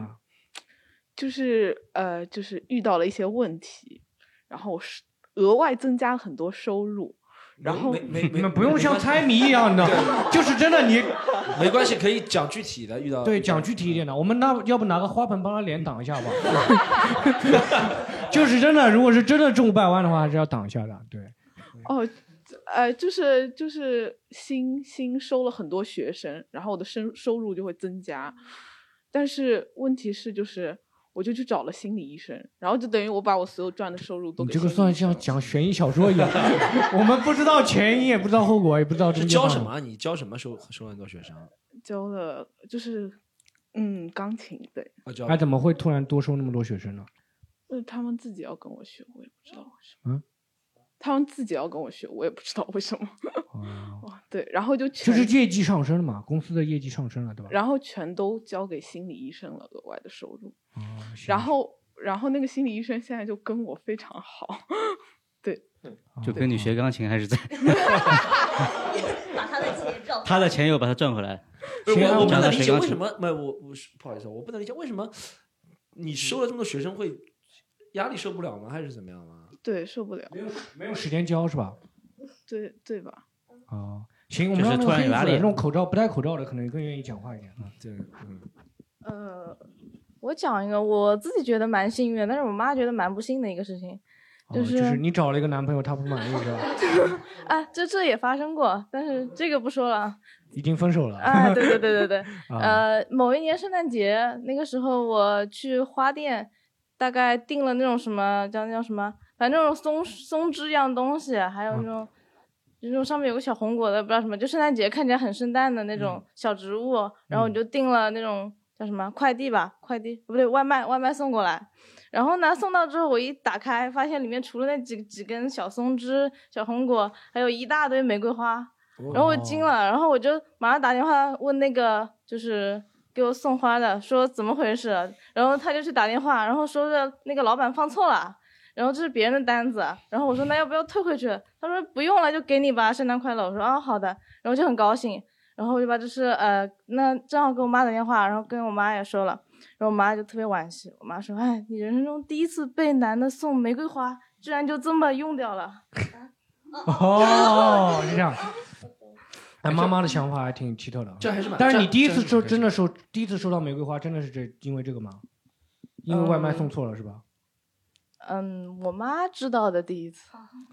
遇到了一些问题，然后额外增加很多收入。然后你们不用像猜谜一样的，就是真的你没关系，可以讲具体的遇到。 对，讲具体一点的，我们要不拿个花盆帮他脸挡一下吧？就是真的，如果是真的中500万的话，还是要挡一下的。对。 就是新收了很多学生，然后我的收入就会增加，但是问题是就是我就去找了心理医生，然后就等于我把我所有赚的收入都给。 你这个算像讲悬疑小说一样，我们不知道前因，也不知道后果，也不知道。 是教什么？你教什么收很多学生？ 教了就是钢琴，对。 怎么会突然多收那么多学生呢？ 他们自己要跟我学，我也不知道为什么。 他们自己要跟我学，我也不知道为什么。对，然后就是业绩上升了嘛，公司的业绩上升了，对吧？ 然后全都交给心理医生了，额外的收入。然后那个心理医生现在就跟我非常好，对， 就跟你学钢琴还是在把他的钱赚， 他的钱又把他赚回来。 我不能理解为什么，我不好意思，我不能理解为什么你收了这么多学生会压力受不了吗？还是怎么样吗？ 对，受不了， 没有时间教是吧？ 对吧？ 行，我们让那种口罩不戴口罩的可能更愿意讲话一点啊。 对， 我讲一个我自己觉得蛮幸运，但是我妈觉得蛮不幸的一个事情， 就是你找了一个男朋友，他不满意是吧？ 这也发生过，但是这个不说了。 已经分手了啊！对，某一年圣诞节那个时候，我去花店，大概订了那种什么叫什么，反正那种松枝一样东西，还有那种。就那种上面有个小红果的，不知道什么，就圣诞节看起来很圣诞的那种小植物，然后我就订了那种叫什么快递不对，外卖送过来，然后呢送到之后我一打开，发现里面除了那几根小松枝、小红果，还有一大堆玫瑰花，然后我惊了，然后我就马上打电话问那个就是给我送花的，说怎么回事，然后他就去打电话，然后说是那个老板放错了。然后这是别人的单子，然后我说那要不要退回去？他说不用了，就给你吧，圣诞快乐。我说好的，然后就很高兴，然后我就把这是那正好给我妈打电话，然后跟我妈也说了，然后我妈就特别惋惜，我妈说你人生中第一次被男的送玫瑰花，居然就这么用掉了。 是这样。妈妈的想法还挺奇特的， 这还是蛮。 但是你第一次收到玫瑰花，真的是因为这个吗？因为外卖送错了是吧？ 我妈知道的第一次。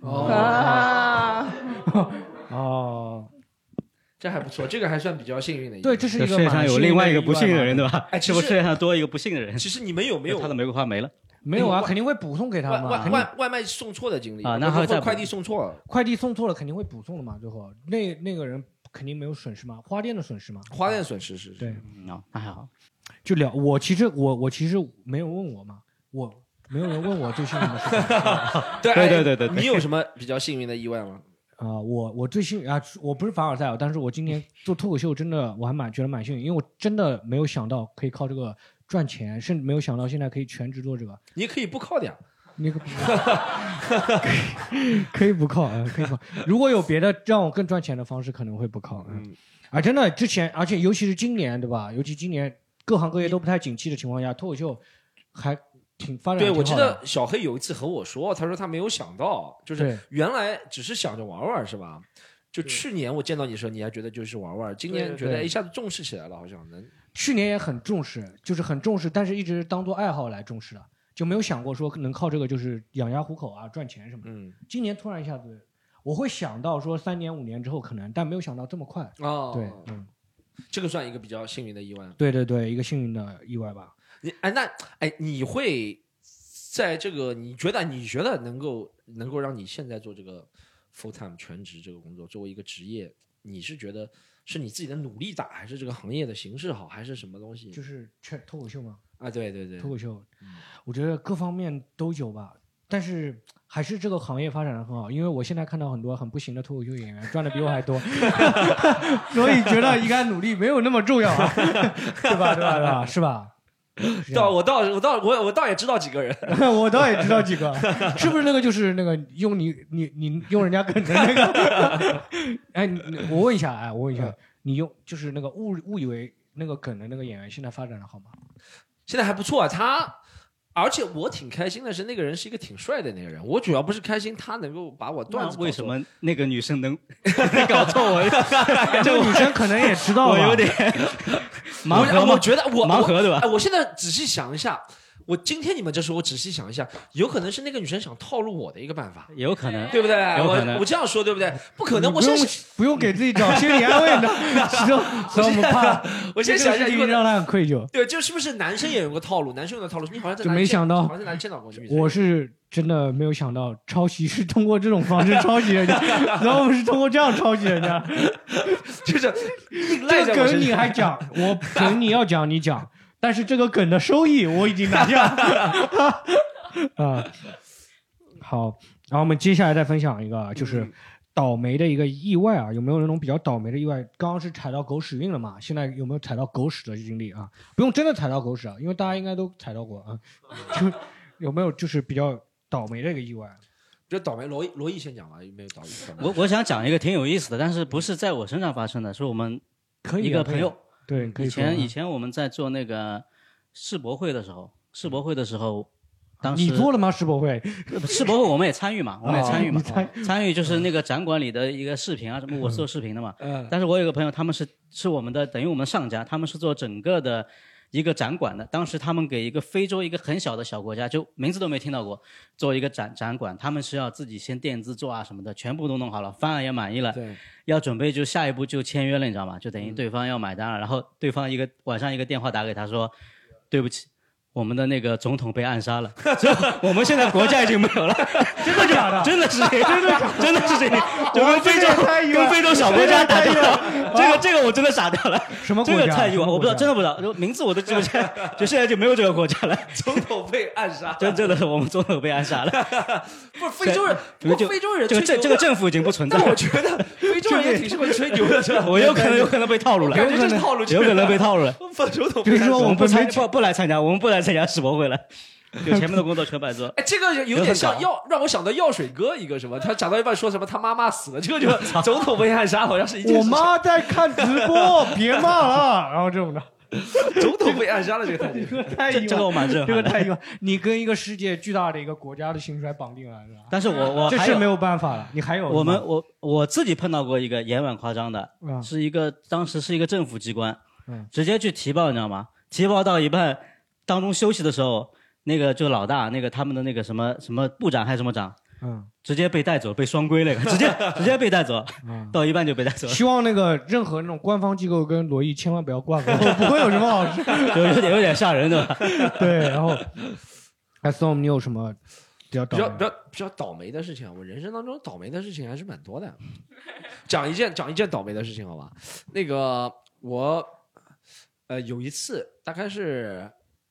这还不错，这个还算比较幸运的。 对，这是一个世界上有另外一个不幸的人，对吧？ 是不是世界上多一个不幸的人？ 其实你们有没有他的玫瑰花没了？ 没有啊，肯定会补送给他嘛。 外卖送错的经历啊，那还或快递送错了， 快递送错了肯定会补送的嘛，最后那个人肯定没有损失嘛，花店的损失嘛。 花店损失是对， 那还好。 就聊我其实没有问我嘛，没有人问我最幸运的事情。 对，你有什么比较幸运的意外吗？ 我最幸运啊，我不是凡尔赛啊，但是我今年做脱口秀真的我还觉得蛮幸运，因为我真的没有想到可以靠这个赚钱，甚至没有想到现在可以全职做这个。 你可以不靠的呀， 你可以不靠啊，可以靠。如果有别的让我更赚钱的方式，可能会不靠。真的之前，而且尤其是今年，对吧？尤其今年各行各业都不太景气的情况下，脱口秀还发展。 对，我记得小黑有一次和我说，他说他没有想到，就是原来只是想着玩玩，是吧？就去年我见到你的时候，你还觉得就是玩玩，今年觉得一下子重视起来了，好像能。 去年也很重视，就是很重视，但是一直当做爱好来重视的，就没有想过说能靠这个就是养家糊口啊、赚钱什么的。今年突然一下子，我会想到说3年5年之后可能，但没有想到这么快。对， 这个算一个比较幸运的意外。 对，一个幸运的意外吧。 你会在这个你觉得能够让你现在做这个 full time 全职这个工作作为一个职业，你是觉得是你自己的努力大，还是这个行业的形式好，还是什么东西？ 就是脱口秀吗？ 对， 脱口秀，我觉得各方面都有吧，但是还是这个行业发展的很好，因为我现在看到很多很不行的脱口秀演员赚的比我还多，所以觉得应该努力没有那么重要啊，对吧？是吧？ 我倒也知道几个人， 我倒也知道几个，是不是那个就是那个用你用人家梗的那个？我问一下，你用就是那个误以为那个梗的那个演员，现在发展的好吗？ 现在还不错啊，而且我挺开心的是，那个人是一个挺帅的那个人。我主要不是开心他能够把我段子。 为什么那个女生能搞错我？ 这个女生可能也知道吧， 我有点盲盒。 我觉得盲盒对吧？ 我现在仔细想一下，我今天你们这时候我仔细想一下，有可能是那个女生想套路我的一个办法， 有可能， 对不对？我这样说对不对？不可能，我先不用给自己找心理安慰的，所以我们怕。 我先想一下， 让他很愧疚。 对，就是不是男生也有个套路？男生有个套路，你好像在哪里没想到， 好像在哪里见到过。 我是真的没有想到，抄袭是通过这种方式抄袭人家，然后我们是通过这样抄袭人家， 就是这个梗你还讲，我梗你要讲你讲。但是这个梗的收益我已经拿下了好， 然后我们接下来再分享一个，就是倒霉的一个意外啊，有没有那种比较倒霉的意外？刚刚是踩到狗屎运了嘛，现在有没有踩到狗屎的经历啊？不用真的踩到狗屎啊，因为大家应该都踩到过啊。就有没有就是比较倒霉的一个意外？ 这倒霉，罗毅先讲吧，有没有倒霉？ 我想讲一个挺有意思的，但是不是在我身上发生的，是我们一个朋友。 对， 以前我们在做那个世博会的时候，当时你做了吗？世博会我们也参与嘛，参与就是那个展馆里的一个视频啊什么，我是做视频的嘛。但是我有个朋友，他们是我们的等于我们上家，他们是做整个的一个展馆的。当时他们给一个非洲一个很小的小国家，就名字都没听到过，做一个展馆，他们是要自己先垫资做啊什么的，全部都弄好了，方案也满意了， 对， 要准备就下一步就签约了，你知道吗？就等于对方要买单了，然后对方晚上一个电话打给他说，对不起。我们的那个总统被暗杀了，我们现在国家已经没有了。 真的假的？ 真的是这样，真的是这样。 就跟非洲小国家打交道，这个我真的傻掉了。 什么国家？ 这个太意外，我不知道，真的不知道，名字我都记不起来，就现在就没有这个国家了。 总统被暗杀， 真的是我们总统被暗杀了。 不是非洲人，非洲人这个政府已经不存在。 但我觉得非洲人也挺适合吹牛的，是吧？ 我有可能被套路了， 感觉这是套路， 有可能被套路了。 总统就是说我们不来参加，我们不来参加世博会了。就前面的工作全白做。 哎，这个有点像让我想到药水哥一个什么，他讲到一半说什么他妈妈死了，这个就总统被暗杀，好像是一件事情。 我妈在看直播，别骂了，然后这种的。 总统被暗杀了，这个太这个我蛮震撼， 这个太意外。你跟一个世界巨大的一个国家的兴衰绑定了，是吧？ 但是我这是没有办法了。你还有我自己碰到过一个也蛮夸张的，当时是一个政府机关，直接去提报，你知道吗？提报到一半，当中休息的时候，那个就老大，那个他们的那个什么部长还是什么长，直接被带走，被双规了，直接被带走，到一半就被带走了。 希望那个任何那种官方机构跟罗毅千万不要挂钩，不会有什么好事， 有点吓人，对吧？ 对，然后，Storm，你有什么比较倒霉的事情啊？我人生当中倒霉的事情还是蛮多的。讲一件倒霉的事情，好吧？那个我有一次，大概是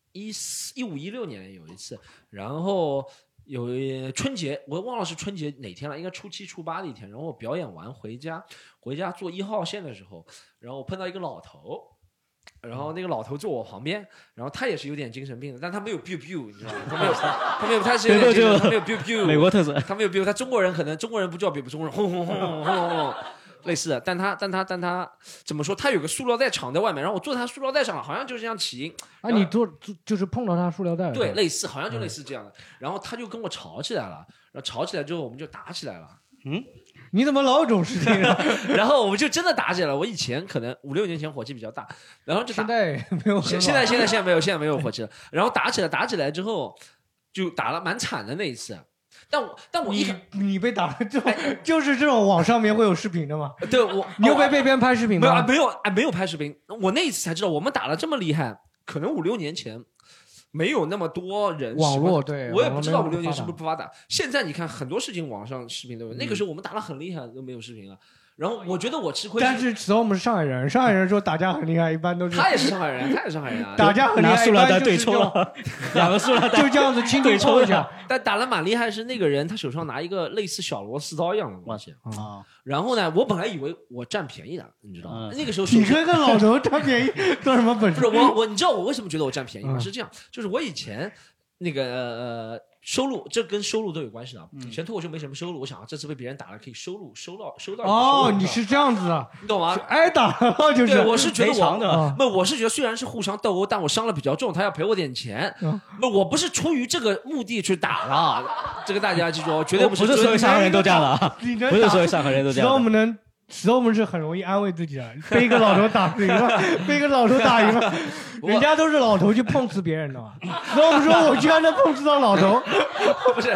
15-16年有一次，然后有春节，我忘了是春节哪天了，应该初7、初8的一天。然后我表演完回家坐1号线的时候，然后我碰到一个老头，然后那个老头坐我旁边，然后他也是有点精神病的，但他没有 biu biu， 你知道吗？他没有，他是有点精神，他没有 biu biu， 美国特色， 他没有 biu， 他中国人不叫 biu， 中国人轰轰轰轰轰轰。类似的，但他怎么说？他有个塑料袋藏在外面，然后我坐在他塑料袋上了，好像就是像起因啊。你就是碰到他塑料袋了？ 对，类似，好像就类似这样的。然后他就跟我吵起来了，然后吵起来之后我们就打起来了。 你怎么老有这种事情啊？ 然后我们就真的打起来了。我以前可能5-6年前火气比较大，然后就现在没有， 现在没有火气了。然后打起来之后就打了蛮惨的那一次。但我你被打了，就是这种网上面会有视频的吗？ 对， 你有被别人拍视频吗？ 没有拍视频。我那一次才知道，我们打了这么厉害，可能5-6年前没有那么多人网络，对， 我也不知道5-6年是不是不发达。现在你看很多事情网上视频都有，那个时候我们打得很厉害都没有视频了。然后我觉得我吃亏， 但是我们是上海人，上海人说打架很厉害，一般都是他也是上海人啊， 打架很厉害， 拿塑料袋对抽了，2个塑料袋就这样子轻对抽一下。 但打得蛮厉害是那个人，他手上拿一个类似小螺丝刀一样的东西啊。然后呢，我本来以为我占便宜了，你知道吗？那个时候你跟个老头占便宜，做什么本事？ 不是我，你知道我为什么觉得我占便宜吗？是这样，就是我以前那个收入，这跟收入都有关系的。以前脱口秀没什么收入，我想这次被别人打了，可以收到。 哦，你是这样子的， 你懂吗？ 挨打了就是。 对，我是觉得我是觉得虽然是互相斗殴，但我伤了比较重，他要赔我点钱。我不是出于这个目的去打了，这个大家记住，绝对不是所有上海人都这样了，不是所有上海人都这样。 我们是很容易安慰自己的，被一个老头打赢了，人家都是老头去碰瓷别人的嘛。我们说我居然能碰瓷到老头， 不是，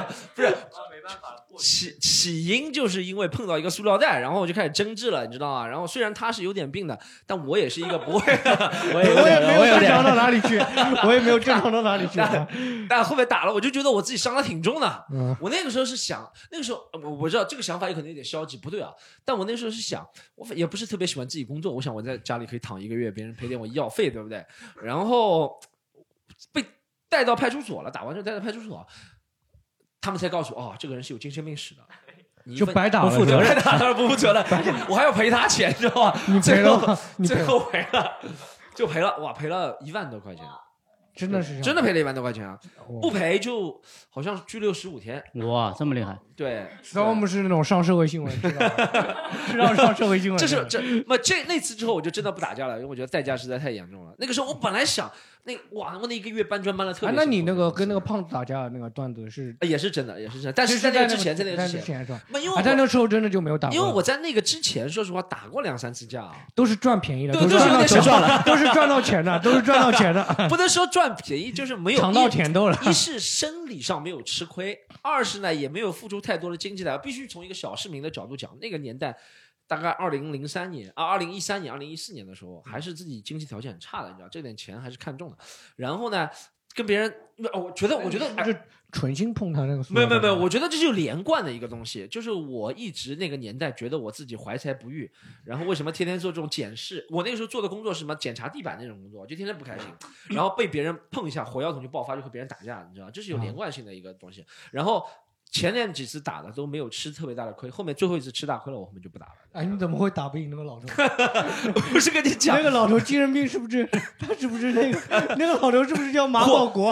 起因就是因为碰到一个塑料袋，然后我就开始争执了，你知道吗？然后虽然他是有点病的，但我也是一个不会， 我也没有正常到哪里去， 但后面打了，我就觉得我自己伤得挺重的。我那个时候是想，我知道这个想法有可能有点消极，不对啊。但我那个时候是想，我也不是特别喜欢自己工作，我想我在家里可以躺1个月，别人赔点我医药费，对不对？然后被带到派出所了，打完就带到派出所。 他们才告诉我，这个人是有精神病史的。 就白打了， 不负责任，当然不负责任，我还要赔他钱，知道吧？ 你赔了， 最后赔了，就赔了，哇，赔了1万多块钱。 真的是真的赔了1万多块钱啊！不赔就好像拘留15天。 哇，这么厉害！ 对， 我们是那种上社会新闻，知道是要上社会新闻。 那次之后我就真的不打架了，因为我觉得代价实在太严重了。那个时候我本来想，我那1个月搬砖搬了特别。 那你那个跟那个胖子打架那个段子是也是真的，但是在那个之前，在那个之前是吧？ 因为在那时候真的就没有打过。 因为我在那个之前，说实话打过2-3次架， 都是赚便宜的， 对，都是有点小赚了， 都是赚到钱的，都是赚到钱的。 不能说赚便宜，就是没有尝到甜豆了。 一是生理上没有吃亏，二是呢也没有付出太多的经济来。必须从一个小市民的角度讲，那个年代，大概2013年2013年、2014年的时候，还是自己经济条件很差的，你知道，这点钱还是看重的。然后呢，跟别人，我觉得就纯心碰他那个。 没有，我觉得这就连贯的一个东西，就是我一直那个年代觉得我自己怀才不遇，然后为什么天天做这种检视？我那个时候做的工作是什么？检查地板那种工作，就天天不开心，然后被别人碰一下，火药桶就爆发，就和别人打架，你知道，这是有连贯性的一个东西。然后。前面几次打的都没有吃特别大的亏，后面最后一次吃大亏了，我后面就不打了。 哎，你怎么会打不赢那个老头？ 我不是跟你讲， 那个老头精神病是不是？他是不是那个老头是不是叫马保国？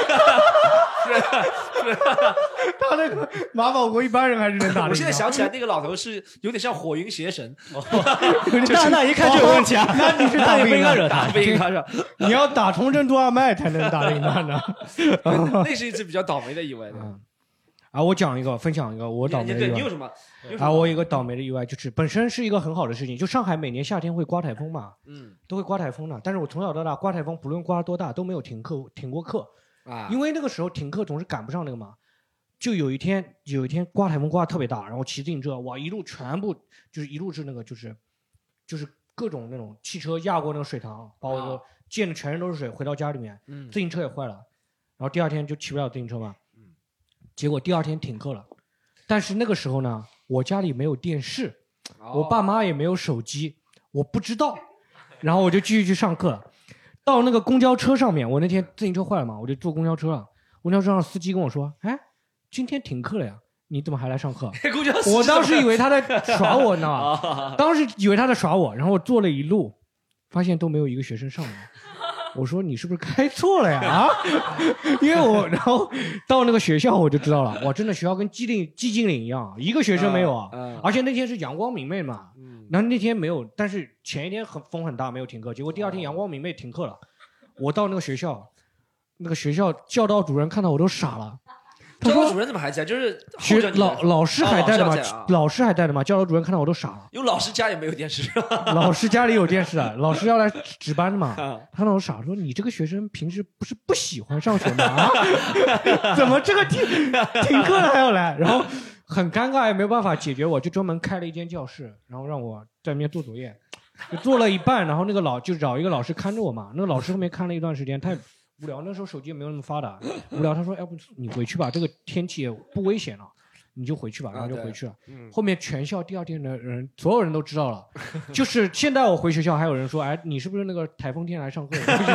他那个马保国一般人还是能打的。 我现在想起来，那个老头是有点像火云邪神， 那一看就有问题啊！ 那你是打不赢惹他， 不赢他是？ 你要打崇祯多二脉才能打赢他呢。 那是一次比较倒霉的意外的。 我分享一个我倒霉的意外。 你有什么？ 我有一个倒霉的意外，就是本身是一个很好的事情，就上海每年夏天会刮台风嘛，都会刮台风的。但是我从小到大刮台风，不论刮多大都没有停过课啊，因为那个时候停课总是赶不上那个嘛。就有一天刮台风刮得特别大，然后骑自行车，哇，一路全部就是一路是那个就是各种那种汽车压过那个水塘，把我溅的全身都是水，回到家里面，自行车也坏了，然后第二天就骑不了自行车嘛。结果第二天停课了，但是那个时候呢，我家里没有电视，我爸妈也没有手机，我不知道，然后我就继续去上课了。到那个公交车上面，我那天自行车坏了嘛，我就坐公交车了。公交车上司机跟我说：“哎，今天停课了呀，你怎么还来上课？”我当时以为他在耍我，你知道吗？当时以为他在耍我，然后我坐了一路，发现都没有一个学生上来。我说你是不是开错了呀？啊，因为然后到那个学校我就知道了，哇，真的学校跟寂静岭一样，一个学生没有啊。而且那天是阳光明媚嘛，那天没有，但是前一天风很大，没有停课，结果第二天阳光明媚停课了。我到那个学校教导主任看到我都傻了。 教导主任怎么还在？就是老师还在的嘛？老师还在的嘛？教导主任看到我都傻了。 因为老师家里没有电视。 老师家里有电视啊，老师要来值班的嘛。看到我傻了，说你这个学生平时不是不喜欢上学吗？啊，怎么这个停课了还要来？然后很尴尬，也没有办法解决，我就专门开了一间教室，然后让我在那边做作业，就做了一半，然后那个就找一个老师看着我嘛。那个老师后面看了一段时间，他也无聊，那时候手机也没有那么发达，无聊。他说：“要不你回去吧，这个天气也不危险了，你就回去吧。”然后就回去了。后面全校第二天的人，所有人都知道了。就是现在我回学校，还有人说：“哎，你是不是那个台风天来上课？”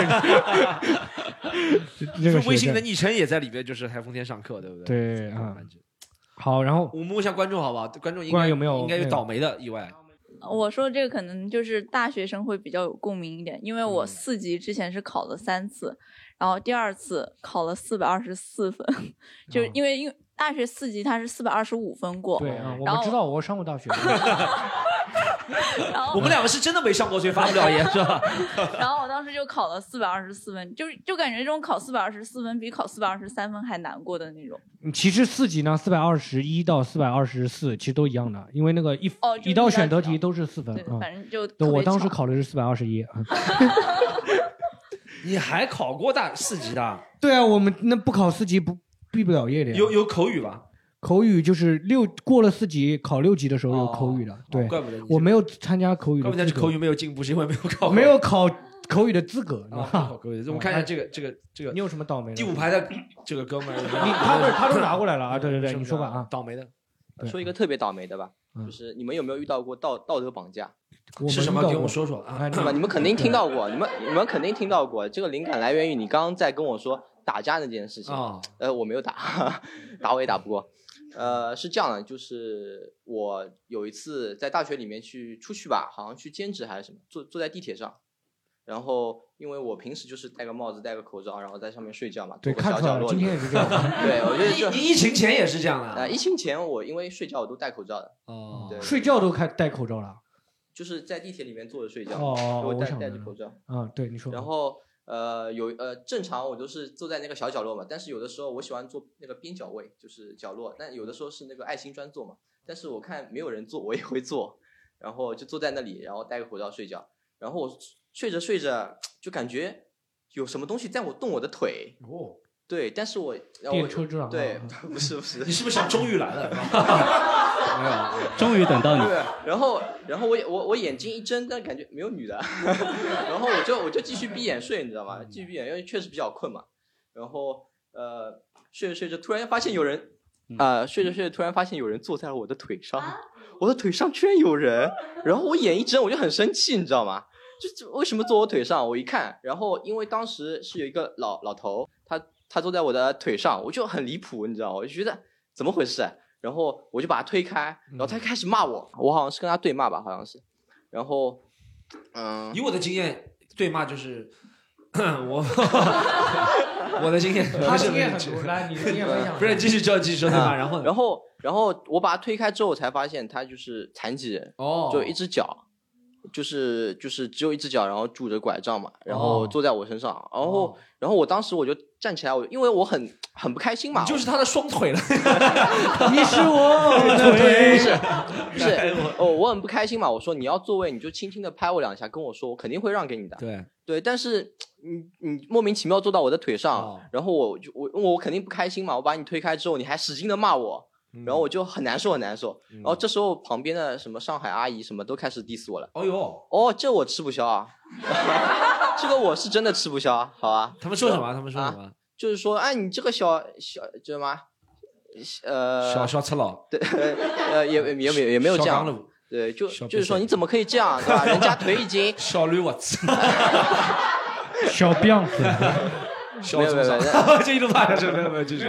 这个微信的昵称也在里边，就是台风天上课，对不对？ 对啊。好，然后我们问一下观众好不好？观众应该有没有应该有倒霉的意外？ 我说这个可能就是大学生会比较有共鸣一点，因为我4级之前是考了3次，然后第2次考了424分，就是因为大学4级它是425分过。 对啊，我们知道，我上过大学。 我们2个是真的没上过，所以发不了言，是吧？ 然后我当时就考了424分，就感觉这种考424分比考423分还难过的那种。 其实4级呢，421到424其实都一样的，因为那个一道选择题都是4分。 反正就我当时考的是421。 你还考过4级的？ 对啊，我们那不考4级毕不了业的。 有口语吧？ 口语就是过了4级，考6级的时候有口语的。对， 怪不得我没有参加口语的。 怪不得口语没有进步，是因为没有考口语的资格。 我们看一下这个， 你有什么倒霉的？ 第5排的这个哥们儿， 他都拿过来了啊！对，你说吧啊， 倒霉的。 说一个特别倒霉的吧，就是你们有没有遇到过道德绑架？ 是什么？给我说说啊！ 你们肯定听到过，你们肯定听到过。这个灵感来源于你刚刚在跟我说打架那件事情，我没有打，打我也打不过。是这样的，就是我有一次在大学里面出去吧，好像去兼职还是什么，坐在地铁上，然后因为我平时就是戴个帽子戴个口罩，然后在上面睡觉嘛， 对， 坐个小角落里。 今天也是这样。 对，我觉得你疫情前也是这样的。 疫情前我因为睡觉我都戴口罩的。对， 睡觉都戴口罩了。 就是在地铁里面坐着睡觉， 我戴着口罩。 对，你说。 然后正常我都是坐在那个小角落嘛，但是有的时候我喜欢坐那个边角位，就是角落，但有的时候是那个爱心专座嘛，但是我看没有人坐，我也会坐，然后就坐在那里，然后戴个口罩睡觉，然后我睡着睡着就感觉有什么东西在动我的腿。对，但是电车知道对，不是， 你是不是想终于来了？没有， 终于等到你。 对，然后我眼睛一睁，但感觉没有女的，然后我就继续闭眼睡，你知道吗？继续闭眼，因为确实比较困嘛。然后睡着睡着，突然发现有人睡着睡着，突然发现有人坐在了我的腿上，我的腿上居然有人，然后我眼一睁，我就很生气，你知道吗？就为什么坐我腿上？我一看，然后因为当时是有一个老头，他坐在我的腿上，我就很离谱，你知道吗？我就觉得怎么回事？然后我就把他推开，然后他开始骂我，我好像是跟他对骂吧，好像是。然后， 以我的经验，对骂就是我的经验， 他经验很多，来，你的经验分享。 不是，继续说对骂，然后我把他推开之后，才发现他就是残疾人，就一只脚。就是只有一只脚，然后拄着拐杖嘛，然后坐在我身上，然后我当时我就站起来，因为我很不开心嘛， 你就是他的双腿了， 你是我的腿， 不是我很不开心嘛，我说你要座位你就轻轻的拍我2下，跟我说我肯定会让给你的，对，但是你莫名其妙坐到我的腿上，然后我肯定不开心嘛，我把你推开之后，你还使劲的骂我。然后我就很难受，然后这时候旁边的什么上海阿姨什么都开始 diss 我了。这我吃不消啊，这个我是真的吃不消，好吧？ 他们说什么？ 就是说，哎，你这个小叫什么？ 小赤佬。 对，也没有这样。对，就是说你怎么可以这样，对吧？人家腿已经小驴我操， 小辫子。 没有， 这一路骂下去，没有，继续。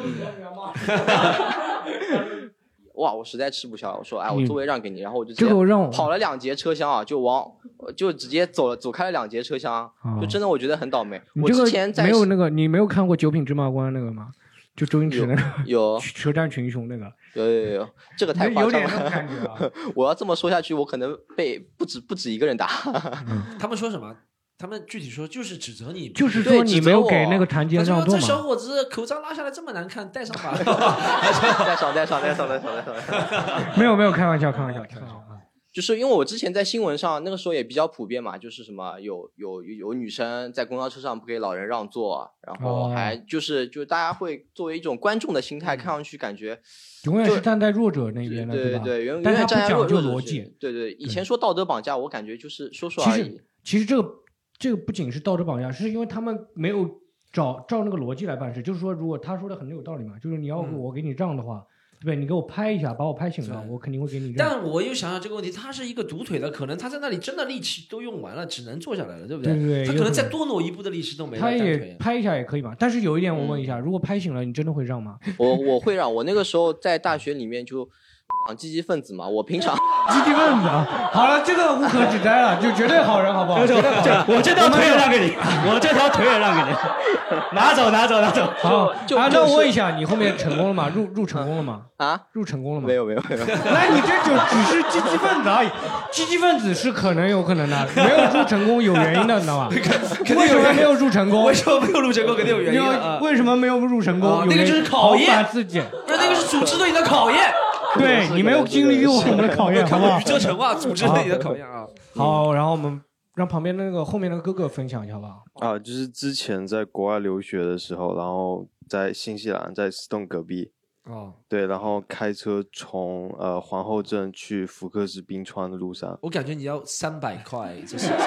哇，我实在吃不消，我说，哎，我座位让给你，然后我就这个让跑了2节车厢啊，就直接走开了2节车厢，就真的我觉得很倒霉。我之前在没有那个，你没有看过《九品芝麻官》那个吗？就周星驰那个有车站群雄那个， 有，这个太夸张了， 有点那种感觉啊。 我要这么说下去，我可能被不止一个人打。 他们说什么？他们具体说就是指责你， 就是说你没有给那个谭杰让座嘛。 这小伙子口罩拉下来这么难看，戴上吧。 戴上。 没有开玩笑。 就是因为我之前在新闻上那个时候也比较普遍嘛，就是什么有女生在公交车上不给老人让座，然后还就是大家会作为一种观众的心态，看上去感觉永远是站在弱者那边的， 对，永远站在弱者逻辑。 对，以前说道德绑架，我感觉就是说而已。 其实这个不仅是道德绑架，是因为他们没有照那个逻辑来办事。就是说，如果他说的很有道理嘛，就是你要我给你让的话，对不对？你给我拍一下，把我拍醒了，我肯定会给你让。 但我又想想这个问题，他是一个独腿的，可能他在那里真的力气都用完了，只能坐下来了，对不对？ 对， 他可能再多挪一步的力气都没了。 他也拍一下也可以嘛。但是有一点，我问一下，如果拍醒了，你真的会让吗？ 我会让。我那个时候在大学里面就积极分子嘛，我平常积极分子啊。好了，这个无可指摘了，就绝对好人，好不好？ 我这条腿也让给你，我这条腿也让给你，拿走。 好，那我问一下，你后面成功了吗？入成功了吗？入成功了吗？ 没有。 那你这就只是积极分子而已，积极分子是有可能的，没有入成功有原因的，你知道吗？为什么没有入成功？ 为什么没有入成功？肯定有原因。 为什么没有入成功？ 那个就是考验， 自己。 那个是组织对你的考验。 对，你没有经历过我们的考验，好不好？ 宇宙神话组织对你的考验啊。 好，然后我们让旁边那个后面的哥哥分享一下吧。 就是之前在国外留学的时候，然后在新西兰，在斯顿隔壁。对，然后开车从皇后镇去福克斯冰川的路上， 我感觉你要300块，就是 300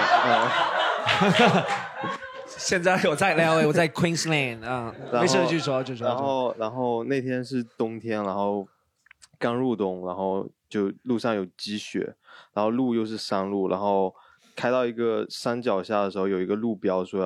块。 现在我在 LA， 我在 Queensland 啊，没事就说。 然后那天是冬天，然后刚入冬，然后就路上有积雪，然后路又是山路，然后开到一个山脚下的时候，有一个路标说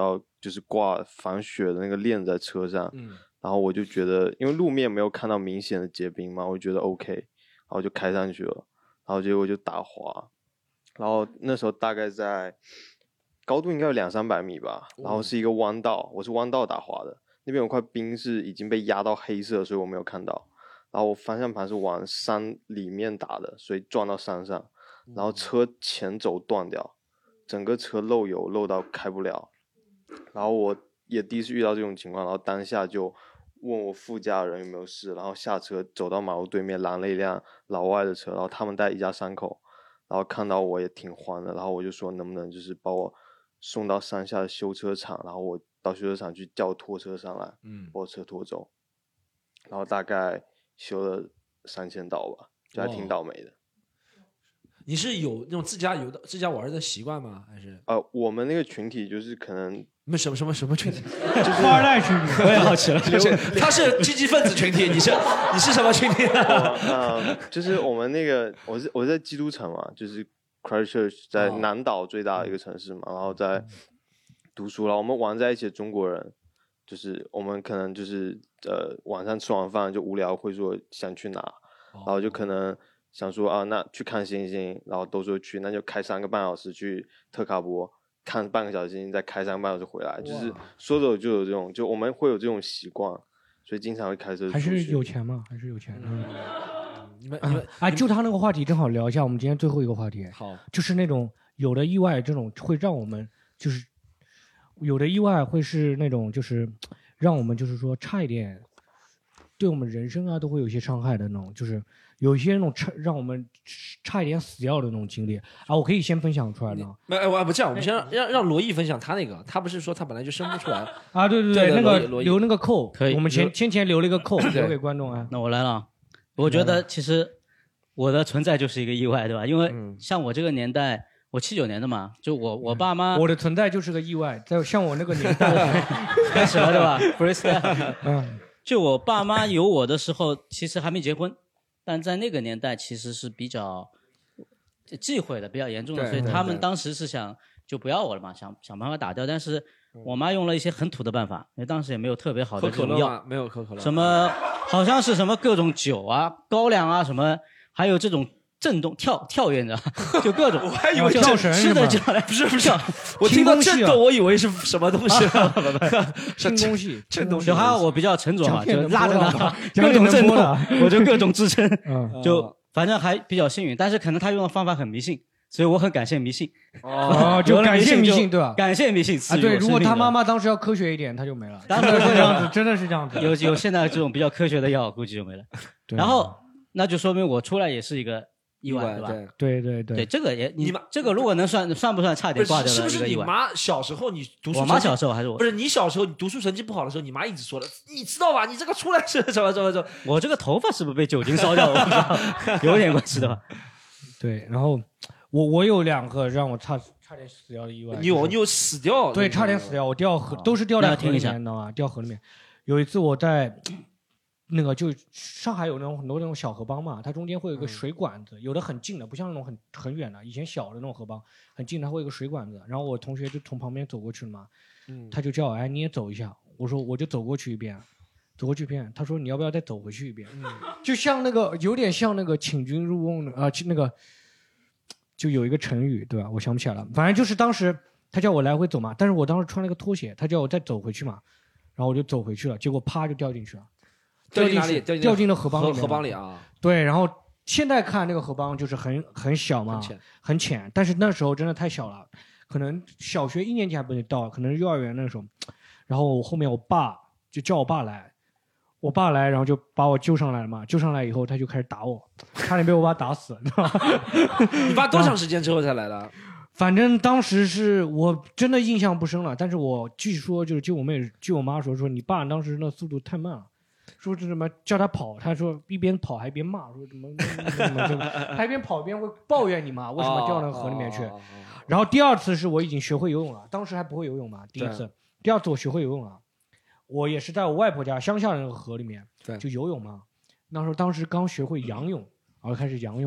就是挂防雪的那个链在车上，然后我就觉得因为路面没有看到明显的结冰嘛，我觉得 OK， 然后就开上去了，然后结果就打滑，然后那时候大概在高度应该有200-300米吧，然后是一个弯道，我是弯道打滑的，那边有块冰是已经被压到黑色，所以我没有看到，然后我方向盘是往山里面打的，所以撞到山上，然后车前轴断掉，整个车漏油漏到开不了，然后我也第一次遇到这种情况，然后当下就问我副驾人有没有事，然后下车走到马路对面拦了一辆老外的车，然后他们带一家3口，然后看到我也挺慌的，然后我就说能不能就是把我送到山下的修车厂，然后我到修车厂去叫拖车上来，把我车拖走，然后大概修了3000刀吧，就还挺倒霉的。 你是有那种自驾玩的习惯吗？还是我们那个群体就是可能什么群体？ 就是富二代群体。 我也好奇了，他是积极分子群体，你是什么群体？ 就是我们那个我在基督城嘛，就是 Christchurch 在南岛最大的一个城市嘛，然后在读书了。我们玩在一起的中国人，就是我们可能就是晚上吃完饭就无聊，会说想去哪，然后就可能想说啊，那去看星星，然后都说去，那就开3个半小时去特卡波看半个小时星星，再开3个半小时回来，就是说走就有这种，就我们会有这种习惯，所以经常会开车出去。 还是有钱嘛？还是有钱。你们就他那个话题正好聊一下，我们今天最后一个话题。 好， 就是那种有的意外，这种会让我们就是有的意外会是那种就是让我们就是说差一点，对我们人生啊都会有一些伤害的那种，就是有一些那种让我们差一点死掉的那种经历啊，我可以先分享出来呢。 不这样，我们先让罗毅分享他那个，他不是说他本来就生不出来啊？对，那个留那个扣， 可以， 我们先前留了一个扣，留给观众啊。 那我来了，我觉得其实我的存在就是一个意外，对吧？因为像我这个年代，我79年的嘛，就我爸妈， 我的存在就是个意外，在像我那个年代开始了，对吧 ？freestyle，就我爸妈有我的时候，其实还没结婚。但在那个年代其实是比较忌讳的，比较严重的，所以他们当时是想就不要我了嘛，想办法打掉。但是我妈用了一些很土的办法，因为当时也没有特别好的这种药， 没有可乐， 什么好像是什么各种酒啊、高粱啊什么，还有这种震动跳跃的，就各种。 我还以为跳绳是的， 不是，我听到震动，我以为是什么东西。 轻功戏， 震动。 就还有我比较沉着嘛，就拉着他，各种震动，我就各种支撑，就反正还比较幸运。但是可能他用的方法很迷信，所以我很感谢迷信。 就感谢迷信，对吧？ 感谢迷信。 对，如果他妈妈当时要科学一点，他就没了。当时是这样子，真的是这样子。 有现在这种比较科学的药，估计就没了。然后那就说明我出来也是一个意外，对吧？ 对， 这个也你这个如果能算不算差点挂掉的一个意外？ 是不是你妈小时候你读书？ 我妈小时候还是我？ 不是你小时候你读书成绩不好的时候，你妈一直说的，你知道吧？你这个出来是什么？ 我这个头发是不是被酒精烧掉？我不知道，有点关系的吧？ 对，然后我有2个让我差点死掉的意外。 你有死掉？ 对，差点死掉，我掉河都是掉在河里面，你知道吗？掉河里面。有一次我在。那个就上海有那种很多那种小河浜嘛，它中间会有一个水管子，有的很近的，不像那种很远的，以前小的那种河浜很近，它会有一个水管子，然后我同学就从旁边走过去了嘛，他就叫我你也走一下，我说我就走过去一遍，他说你要不要再走回去一遍，就像那个有点像那个请君入瓮那个就有一个成语对吧？我想不起来了，反正就是当时他叫我来回走嘛，但是我当时穿了个拖鞋，他叫我再走回去嘛，然后我就走回去了，结果啪就掉进去了。 掉进哪里？ 掉进了河浜里。 河浜里啊。 对，然后现在看那个河浜就是很小嘛，很浅，但是那时候真的太小了，可能小学1年级还不能到，可能是幼儿园那时候。然后后面我爸就叫我爸来，然后就把我救上来了嘛。救上来以后，他就开始打我，差点被我爸打死，知道吗？ 你爸多长时间之后才来的？ 反正当时是我真的印象不深了，但是我据说就是据我妈说你爸当时那速度太慢了。说是什么叫他跑，他说一边跑还一边骂，说怎么还一边跑一边会抱怨你嘛，为什么掉到河里面去？然后第2次是我已经学会游泳了，当时还不会游泳嘛，第1次，第2次我学会游泳了，我也是在我外婆家乡下的那个河里面就游泳嘛，当时刚学会仰泳，然后开始仰泳，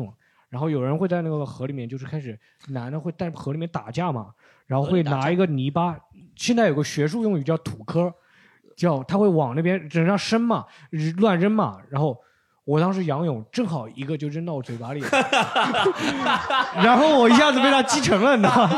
然后有人会在那个河里面，就是开始男的会在河里面打架嘛，然后会拿一个泥巴，现在有个学术用语叫土坑，叫他会往那边整上深嘛，乱扔嘛，然后我当时仰泳正好一个就扔到我嘴巴里，然后我一下子被他击沉了，你知道吗？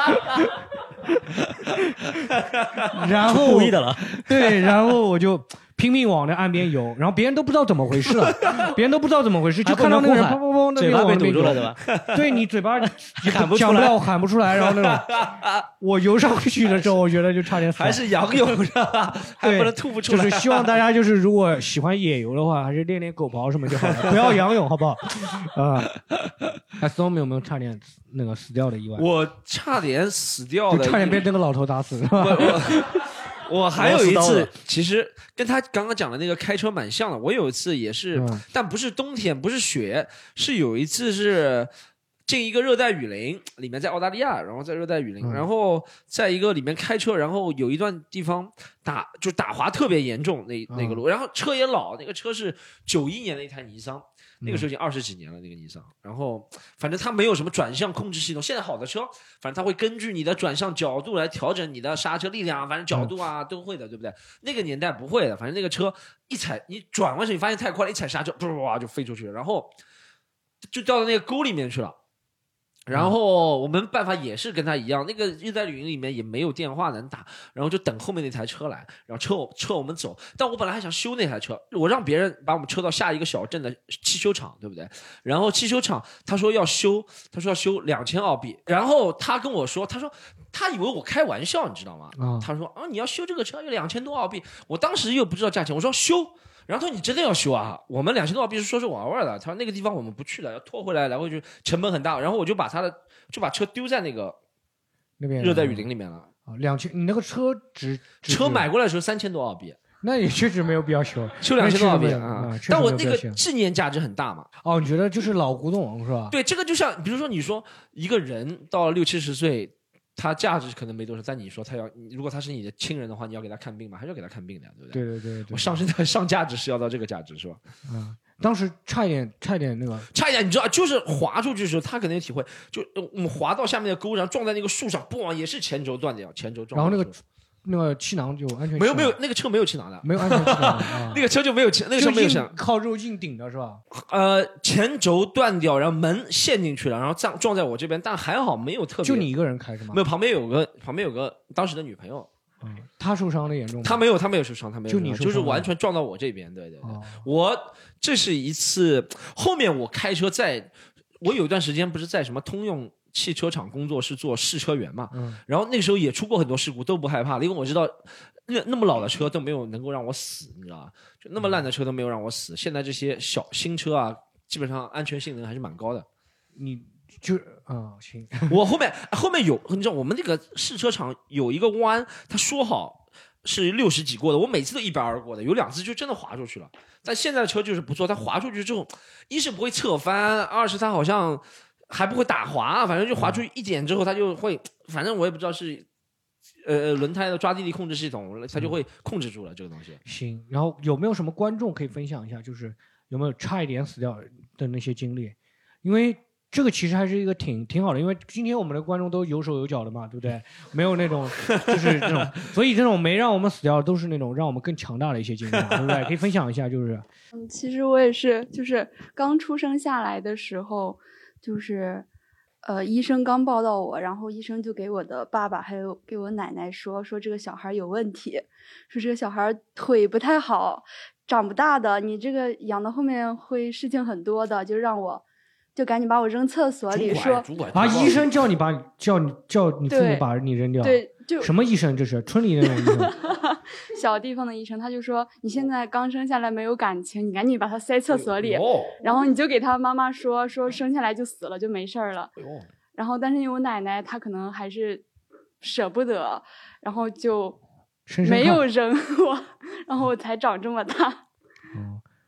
然后故意的了， 对，然后我就拼命往那岸边游，然后别人都不知道怎么回事了，别人都不知道怎么回事，就看到那个人砰砰砰， 嘴巴被堵住了，对吧？ 对你嘴巴喊不出来， 喊不出来，然后那种我游上去的时候，我觉得就差点死。 还是仰泳是吧？还不能吐不出来。 就是希望大家就是如果喜欢野游的话，还是练练狗刨什么就好了，不要仰泳，好不好？啊，那 Storm 有没有差点那个死掉的意外？ 我差点死掉的， 就差点被那个老头打死。 我还有一次，其实跟他刚刚讲的那个开车蛮像的。我有一次也是，但不是冬天，不是雪，是有一次是进一个热带雨林，里面在澳大利亚，然后在热带雨林，然后在一个里面开车，然后有一段地方打滑特别严重，那个路，然后车也老，那个车是91年的一台尼桑。那个时候已经20几年了，那个尼桑，然后反正它没有什么转向控制系统。现在好的车，反正它会根据你的转向角度来调整你的刹车力量，反正角度啊都会的，对不对？那个年代不会的，反正那个车一踩，你转弯时你发现太快了，一踩刹车，哇就飞出去了，然后就掉到那个沟里面去了。然后我们办法也是跟他一样，那个热带雨林里面也没有电话能打，然后就等后面那台车来，然后车我们走。但我本来还想修那台车，我让别人把我们车到下一个小镇的汽修厂，对不对？然后汽修厂他说要修2000澳币，然后他跟我说，他说他以为我开玩笑，你知道吗？他说你要修这个车要2000多澳币，我当时又不知道价钱，我说修。然后他说你真的要修啊？我们2000多澳币是说是玩玩的。他说那个地方我们不去了，要拖回来，来回去成本很大。然后我就把把车丢在那个热带雨林里面了。 2000，你那个车车买过来的时候3000多澳币， 那也确实没有必要修 2000多澳币啊。但我那个纪念价值很大嘛。 哦，你觉得就是老古董是吧？ 对，这个就像比如说你说一个人到了60、70岁。他价值可能没多少，但你说如果他是你的亲人的话，你要给他看病嘛，还是要给他看病的，对不对？ 对。 我上价值是要到这个价值是吧？ 当时差一点那个， 差一点，你知道，就是滑出去的时候，他可能有体会，就我们滑到下面的沟上，撞在那个树上，嘣，也是前轴断掉，前轴撞。 然后那个气囊就安全没有，那个车没有气囊的， 没有安全气囊那个车就没有气，那个车没有气囊， 靠肉硬顶的是吧？ 前轴断掉，然后门陷进去了，然后撞在我这边，但还好没有特别。 就你一个人开是吗？ 没有，旁边有个当时的女朋友。 他受伤的严重吗？ 他没有受伤， 就你就是完全撞到我这边，对。这是一次，后面我开车我有一段时间不是在什么通用汽车厂工作，是做试车员嘛，然后那个时候也出过很多事故，都不害怕了，因为我知道那么老的车都没有能够让我死，你知道吧？就那么烂的车都没有让我死。现在这些新车啊，基本上安全性能还是蛮高的。 你就行。 我后面有，你知道我们那个试车场有一个弯，他说好是60几过的，我每次都120过的，有2次就真的滑出去了。但现在的车就是不错，它滑出去之后，一是不会侧翻，二是它好像还不会打滑，反正就滑出一点之后，它就会，反正我也不知道是轮胎的抓地力控制系统，它就会控制住了这个东西。 行，然后有没有什么观众可以分享一下，就是有没有差一点死掉的那些经历？因为这个其实还是一个挺好的，因为今天我们的观众都有手有脚的嘛，对不对？没有那种就是这种，所以这种没让我们死掉都是那种让我们更强大的一些经历，对不对？可以分享一下，就是其实我也是，就是刚出生下来的时候，就是医生刚报到我，然后医生就给我的爸爸还有给我奶奶说这个小孩有问题，说这个小孩腿不太好，长不大的，你这个养到后面会事情很多的，就赶紧把我扔厕所里，说医生叫你父母把你扔掉， 对，就什么医生？这是村里那种医生， 小地方的医生，他就说你现在刚生下来没有感情，你赶紧把他塞厕所里，然后你就给他妈妈说生下来就死了就没事了，然后但是因为我奶奶她可能还是舍不得，然后就没有扔我，然后我才长这么大。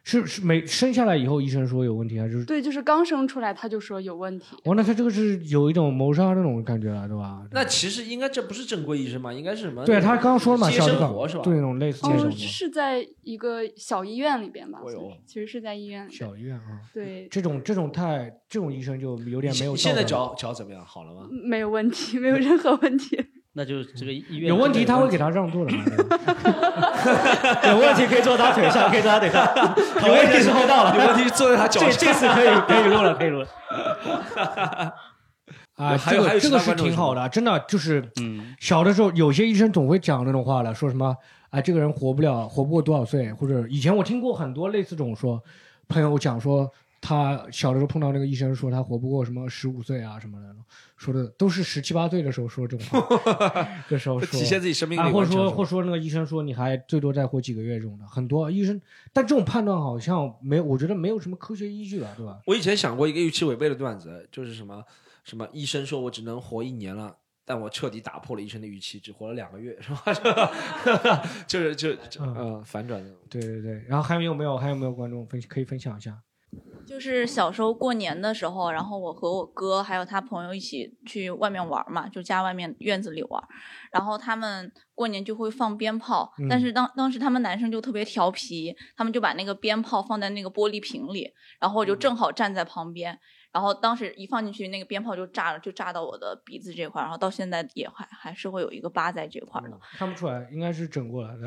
是生下来以后医生说有问题还是？ 对，就是刚生出来他就说有问题。 哦，那他这个是有一种谋杀那种感觉了，对吧？ 那其实应该这不是正规医生嘛，应该是什么？ 对他刚刚说了嘛， 接生活是吧？ 对那种类似接生活。 是在一个小医院里边吧？其实是在医院里。 小医院啊。 对。 这种医生就有点没有。 现在脚怎么样？好了吗？ 没有问题，没有任何问题。 那就这个医院有问题，他会给他让座的。 有问题可以坐他腿上，可以坐他腿上。有问题时候到了， 有问题坐在他脚上。 这次可以录了，可以录了。 啊， 还有这个是挺好的，真的就是，小的时候有些医生总会讲那种话了，说什么这个人活不过多少岁，或者以前我听过很多类似这种说，朋友讲说。他小的时候碰到那个医生说他活不过什么15岁啊什么的，说的都是17、18岁的时候说这种话，这时候说体现自己生命力， 或者说那个医生说你还最多再活几个月这种的，很多医生，但这种判断好像我觉得没有什么科学依据吧，对吧？ 我以前想过一个预期违背的段子，就是什么医生说我只能活1年了。但我彻底打破了医生的预期，只活了2个月，是吧？就是反转的。 对对对，然后还有没有观众可以分享一下？ 就是小时候过年的时候，然后我和我哥还有他朋友一起去外面玩嘛，就家外面院子里玩，然后他们过年就会放鞭炮，但是当时他们男生就特别调皮，他们就把那个鞭炮放在那个玻璃瓶里，然后我就正好站在旁边，然后当时一放进去，那个鞭炮就炸了，就炸到我的鼻子这块，然后到现在也还是会有一个疤在这块的。 看不出来，应该是整过来的。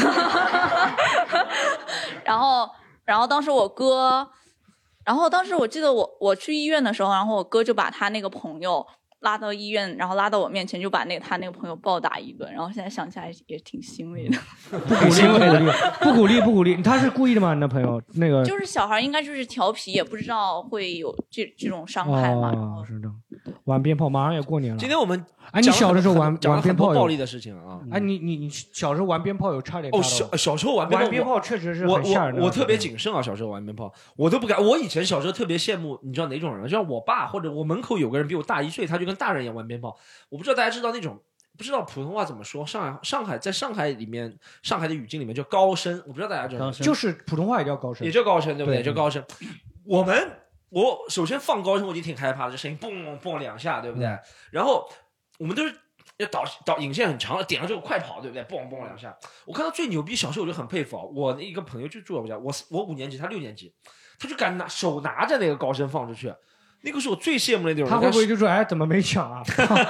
然后当时我哥。然后当时我记得我去医院的时候，然后我哥就把他那个朋友拉到医院，然后拉到我面前，就把他那个朋友暴打一顿。然后现在想起来也挺欣慰的。 不鼓励，他是故意的吗？你的朋友那个就是小孩应该就是调皮，也不知道会有这种伤害嘛。 哦，是的。玩鞭炮，马上也过年了。 今天我们你小的时候玩鞭炮暴力的事情啊！ 你小时候玩鞭炮有差点小时候玩鞭炮确实是很吓人的。 我特别谨慎啊，小时候玩鞭炮我都不敢。我以前小时候特别羡慕，你知道哪种人？像我爸或者我门口有个人比我大1岁，他就跟大人一样玩鞭炮。我不知道大家知道那种，不知道普通话怎么说？上海在上海里面，上海的语境里面叫高声，我不知道大家知道吗？ 就是普通话也叫高声， 也叫高声，对不对？叫高声。我首先放高声我就挺害怕的，这声音嘣嘣2下，对不对？然后我们都是要导引线很长的，点了之后快跑，对不对？嘣嘣2下。我看到最牛逼，小时候我就很佩服啊。我一个朋友就住在我家，我5年级，他6年级，他就敢手拿着那个高声放出去。那个是我最羡慕的那种人。 他会不会就说怎么没抢啊？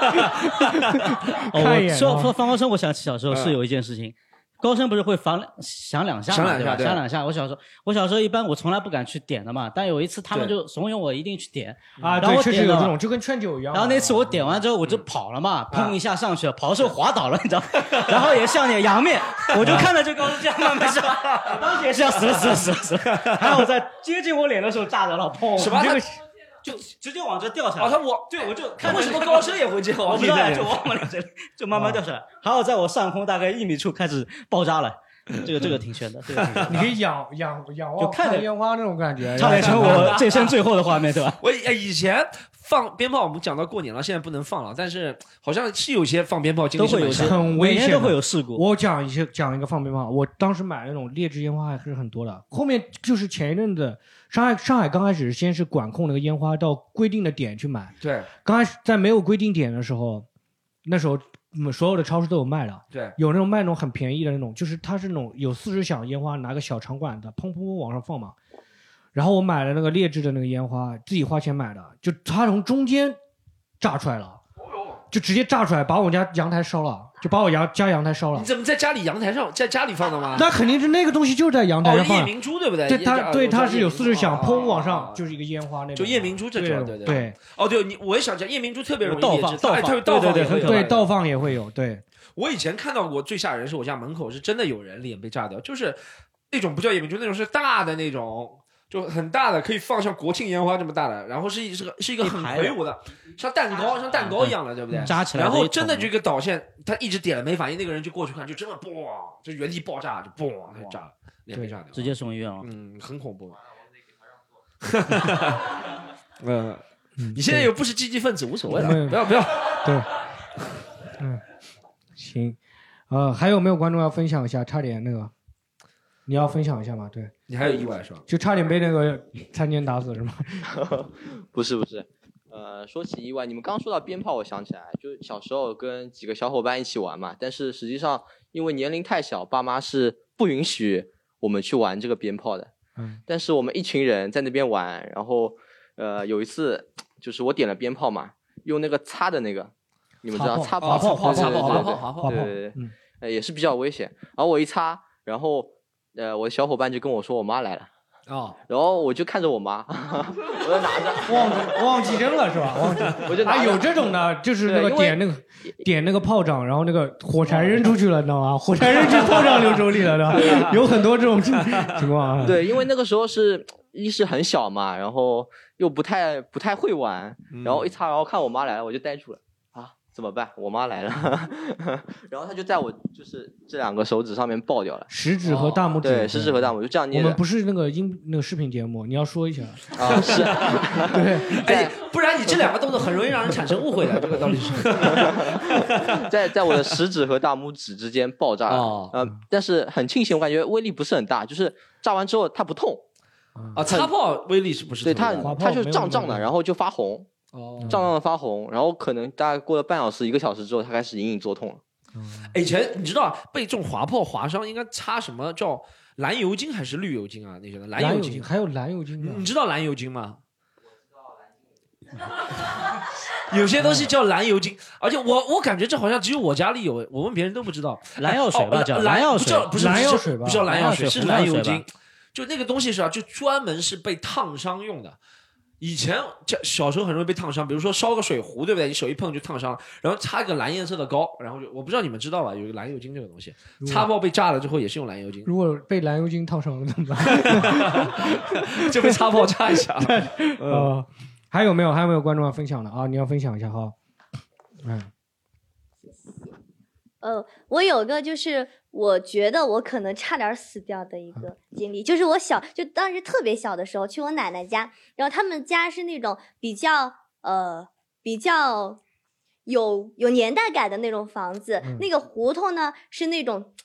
说放高声，我想起小时候是有一件事情。高声不是会响2下嘛？对吧？响2下。我小时候一般我从来不敢去点的嘛，但有一次他们就怂恿我一定去点啊。 然后我点了， 这种就跟劝酒一样。 然后那次我点完之后我就跑了嘛，砰一下上去了，跑的时候滑倒了，你知道？然后也像点仰面，我就看着这高声这样慢慢上，当时也是要死了。还有在接近我脸的时候炸着了，砰！ 什么？ 就直接往这掉下来。我就看为什么高声也会这样？ 我不知道，就往我脸这里就慢慢掉下来。还有在我上空大概1米处开始爆炸了，这个挺悬的。 你可以仰望，就看着烟花那种感觉， 差点成我这生最后的画面，对吧？ 我以前放鞭炮，我们讲到过年了，现在不能放了，但是好像是有些放鞭炮经历是很危险， 每年都会有事故。 我讲一个放鞭炮，我当时买那种劣质烟花还是很多的，后面就是前一阵子。上海刚开始先是管控那个烟花到规定的点去买， 对， 刚开始在没有规定点的时候，那时候所有的超市都有卖的， 对， 有那种卖那种很便宜的那种，就是它是那种有40响烟花，拿个小长管子砰砰砰往上放嘛。然后我买了那个劣质的那个烟花，自己花钱买的，就它从中间炸出来了，就直接炸出来，把我家阳台烧了。就把我家阳台烧了。 你怎么在家里阳台上，在家里放的吗？ 那肯定是那个东西就是在阳台上放。 夜明珠对不对？ 对，它是有40响，砰往上就是一个烟花那种。 就夜明珠这种，对。 对。 哦，对，我也想讲夜明珠特别容易倒放， 对，倒放也会有。对。 我以前看到过最吓人是我家门口是真的有人脸被炸掉，就是那种不叫夜明珠，那种是大的那种。就很大的，可以放像国庆烟花这么大的，然后是一个很魁梧的，像蛋糕一样的，对不对？ 扎起来。 然后真的这个导线，他一直点了没反应，那个人就过去看，就真的嘣，就原地爆炸，就嘣，他就炸了，脸被炸掉， 直接送医院了。 很恐怖。你现在又不是积极分子，无所谓了，不要。 对，行，还有没有观众要分享一下？差点那个。 你要分享一下吗？对， 你还有意外是吧？ 就差点被那个参监打死是吗？ 不是，说起意外，你们刚说到鞭炮，我想起来，就小时候跟几个小伙伴一起玩嘛，但是实际上因为年龄太小，爸妈是不允许我们去玩这个鞭炮的。但是我们一群人在那边玩，然后有一次就是我点了鞭炮嘛，用那个擦的那个，你们知道擦炮，对，也是比较危险。然后我一擦，然后我的小伙伴就跟我说我妈来了。然后我就看着我妈，我就拿着忘记扔了是吧？忘记， 我就拿着有这种的，就是那个点那个炮仗，然后那个火柴扔出去了，你知道吗？火柴扔去炮仗留手里了，对吧？有很多这种情况啊。 对，因为那个时候是很小嘛，然后又不太会玩，然后一擦，然后看我妈来了，我就呆住了。怎么办？我妈来了，然后她就在我就是这2个手指上面爆掉了， 食指和大拇指， 对，食指和大拇指就这样捏的。 我们不是那个视频节目，你要说一下是， 对， 不然你这2个动作很容易让人产生误会的，这个道理是。 在我的食指和大拇指之间爆炸了，但是很庆幸，我感觉威力不是很大，就是炸完之后它不痛。 擦炮威力是不是？ 对，它就是胀胀的，然后就发红。胀胀的发红，然后可能大概过了半小时、1个小时之后，它开始隐隐作痛了。 以前你知道被这种滑炮划伤应该擦什么叫蓝油精还是绿油精啊？那些蓝油精还有蓝油精， 你知道蓝油精吗？有些东西叫蓝油精，而且我感觉这好像只有我家里有，我问别人都不知道。 蓝药水吧，叫蓝药水， 不是蓝药水吧？ 不叫蓝药水，是蓝油精。就那个东西是就专门是被烫伤用的。以前小时候很容易被烫伤，比如说烧个水壶，对不对？你手一碰就烫伤，然后擦一个蓝颜色的膏，然后我不知道你们知道吧？有一个蓝油精这个东西，擦炮被炸了之后也是用蓝油精。 如果被蓝油精烫伤了怎么办？ 就被擦炮炸一下。 还有没有观众要分享的啊？你要分享一下哈。 我有个就是我觉得我可能差点死掉的一个经历，就是就当时特别小的时候去我奶奶家，然后他们家是那种比较有年代感的那种房子，那个胡同呢是那种。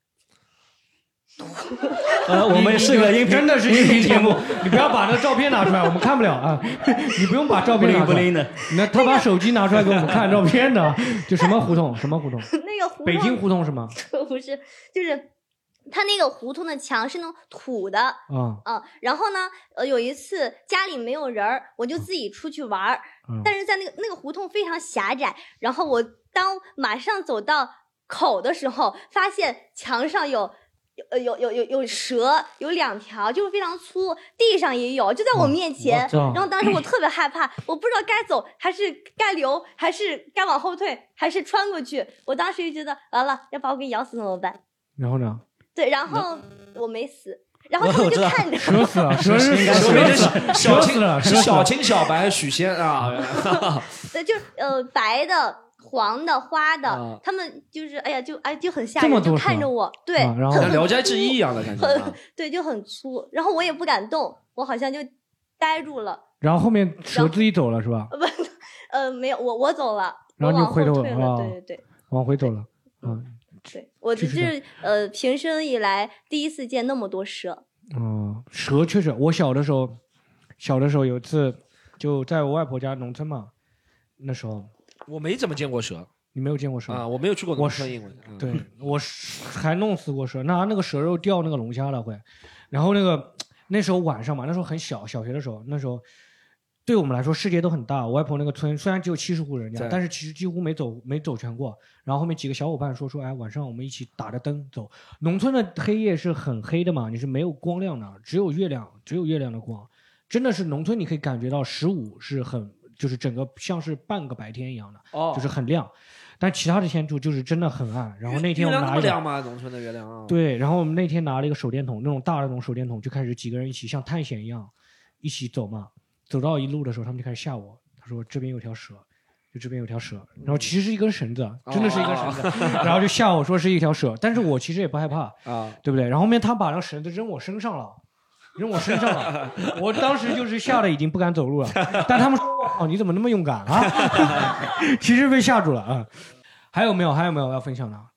我们是个音频， 真的是音频节目，你不要把那个照片拿出来，我们看不了啊。你不用把照片拿出来的，他把手机拿出来给我们看照片的，就什么胡同？那个胡同， 北京胡同是吗？ 不是，就是他那个胡同的墙是那种土的，然后呢，有一次家里没有人儿，我就自己出去玩儿，但是在那个胡同非常狭窄，然后我当马上走到口的时候，发现墙上有蛇，有2条，就是非常粗，地上也有，就在我面前。然后当时我特别害怕，我不知道该走还是该留，还是该往后退，还是穿过去。我当时就觉得完了，要把我给咬死怎么办？ 然后呢？ 对，然后我没死。然后他们就看着蛇死了，蛇死了， 是小青、小白、许仙啊。 对，就白的、黄的、花的，他们就是就很吓人，就看着我，对， 然后像《聊斋志异》一样的感觉， 对，就很粗，然后我也不敢动，我好像就呆住了。 然后后面蛇自己走了是吧？ 不，没有，我走了， 然后就回头了，对， 往回走了， 对，我这是平生以来第一次见那么多蛇。 蛇确实，我小的时候有一次就在我外婆家农村嘛，那时候我没怎么见过蛇。 你没有见过蛇啊？我没有去过农村，因为对我还弄死过蛇，拿那个蛇肉钓那个龙虾了会。然后那时候晚上嘛，那时候很小学的时候，那时候对我们来说世界都很大。我外婆那个村虽然只有70户人家，但是其实几乎没走全过。然后后面几个小伙伴说，哎，晚上我们一起打着灯走。农村的黑夜是很黑的嘛，你是没有光亮的，只有月亮的光。真的是农村你可以感觉到15是就是整个像是半个白天一样的，就是很亮。但其他的天就是真的很暗。然后那天我们拿月亮那么亮吗？农村的月亮啊。 对，然后我们那天拿了一个手电筒，那种大的那种手电筒，就开始几个人一起像探险一样一起走嘛。走到一路的时候，他们就开始吓我，他说这边有条蛇，就这边有条蛇，然后其实是一根绳子，真的是一根绳子，然后就吓我说是一条蛇，但是我其实也不害怕啊，对不对？然后后面他把那个绳子扔我身上了，我当时就是吓得已经不敢走路了，但他们说哦你怎么那么勇敢啊？其实被吓住了啊。还有没有要分享的？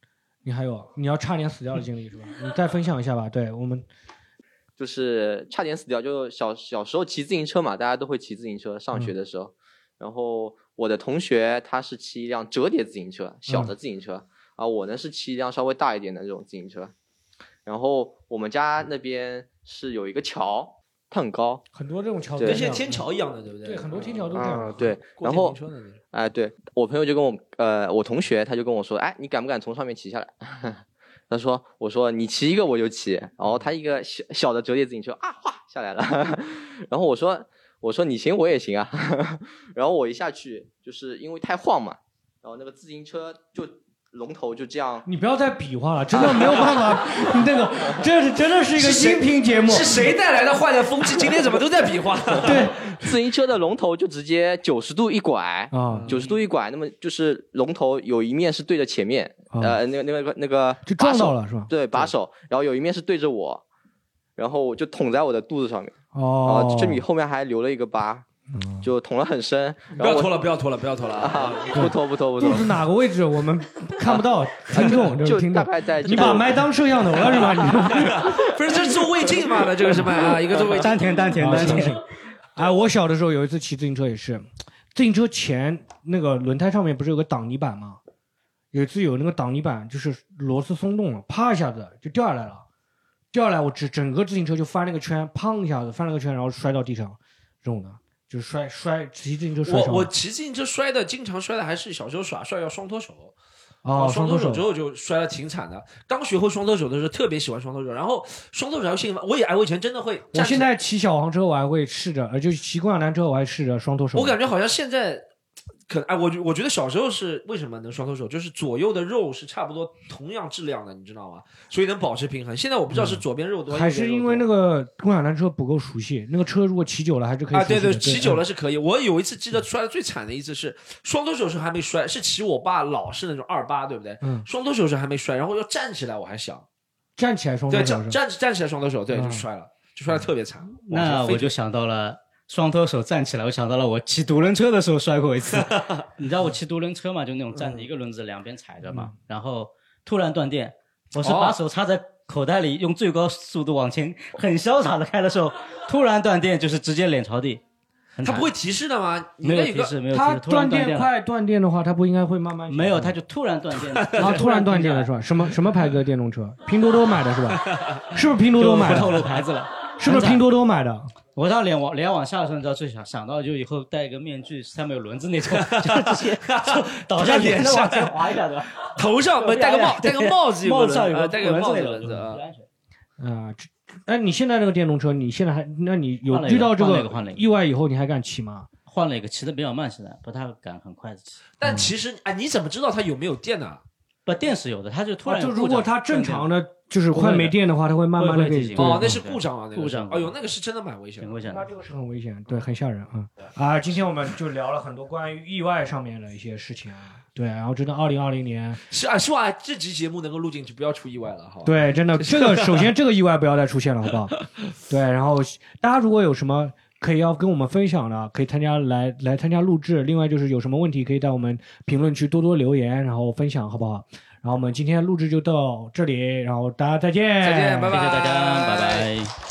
你还有你要差点死掉的经历是吧？你再分享一下吧。对我们就是差点死掉，就小时候骑自行车嘛，大家都会骑自行车，上学的时候，然后我的同学他是骑一辆折叠自行车，小的自行车，我呢是骑一辆稍微大一点的这种自行车，然后我们家那边是有一个桥。它很高， 很多这种桥跟现在天桥一样的，对不对？ 对，很多天桥都这样。 对，然后对我朋友就跟我同学他就跟我说，哎，你敢不敢从上面骑下来？我说你骑一个我就骑，然后他一个小的折叠自行车哗下来了，然后我说你行我也行啊，然后我一下去就是因为太晃嘛，然后那个自行车就。龙头就这样， 你不要再比划了，真的没有办法。那个，这真的是一个音频节目。 是谁带来的坏的风气？今天怎么都在比划？ 对，自行车的龙头就直接90度一拐，90度一拐，那么就是龙头有一面是对着前面，那个就撞到了是吧？ 对，把手，然后有一面是对着我，然后我就捅在我的肚子上面，这里后面还留了一个疤。就捅了很深， 不要拖了啊！ 不拖。 肚子哪个位置我们看不到，听众就大概在。 你把麦当摄像头了是吧？ 不是，这是做胃镜嘛的，这个是麦啊，一个做胃镜。 丹田。哎，我小的时候有一次骑自行车也是，自行车前那个轮胎上面不是有个挡泥板吗？有一次有那个挡泥板就是螺丝松动了，啪一下子就掉下来了，我整个自行车就翻了个圈，砰一下子翻了个圈，然后摔到地上，这种的。就是摔骑自行车摔伤。 我骑自行车经常摔的还是小时候耍帅要双脱手。 双脱手之后就摔得挺惨的。刚学会双脱手的时候特别喜欢双脱手，然后双脱手还有我以前真的会。 我现在骑小黄车我还会试着，就骑共享单车我还试着双脱手。 我感觉好像现在。我觉得小时候是为什么能双脱手，就是左右的肉是差不多同样质量的，你知道吗？所以能保持平衡。现在我不知道是左边肉多还是因为那个共享单车不够熟悉，那个车如果骑久了还是可以对，骑久了是可以。我有一次记得摔的最惨的一次是双脱手时还没摔，是骑我爸老式那种28，对不对？双脱手时还没摔，然后要站起来，我还想站起来双脱手， 对，站起来双脱手，对，就摔了，就摔得特别惨。 那我就想到了。双脱手站起来，我想到了我骑独轮车的时候摔过一次。你知道我骑独轮车嘛？就那种站着一个轮子两边踩着嘛，然后突然断电，我是把手插在口袋里，用最高速度往前很潇洒的开的时候，突然断电，就是直接脸朝地。 它不会提示的吗？ 没有提示。 它断电快断电的话，它不应该会慢慢。 没有，它就突然断电。 突然断电了是吧？什么牌子的电动车？拼多多买的是吧？是不是拼多多买的？ 不透露牌子了。 是不是拼多多买的？ 我当脸往下的时候，你知道最想到就以后戴一个面具，上面有轮子那种，就是直接倒在脸上往前滑一下，对吧？ 头上戴个帽子， 帽子上有个戴个帽子轮子哎，你现在这个电动车，你现在还，那你有遇到这个意外以后，你还敢骑吗？ 换了一个，骑的比较慢，现在不太敢很快的骑。 但其实，你怎么知道它有没有电呢？ 不，电是有的，它就突然就如果它正常的就是快没电的话，它会慢慢的给那是故障啊， 故障。 哎呦，那个是真的蛮危险， 挺危险的。 那这个是很危险，对，很吓人啊！今天我们就聊了很多关于意外上面的一些事情啊，对，然后真的2020年希望这集节目能够录进去，不要出意外了，好。 对，真的，这个首先这个意外不要再出现了，好不好？对，然后大家如果有什么可以要跟我们分享的，可以来参加录制。另外就是有什么问题可以在我们评论区多多留言，然后分享，好不好？然后我们今天录制就到这里，然后大家再见， 再见，拜拜， 谢谢大家，拜拜。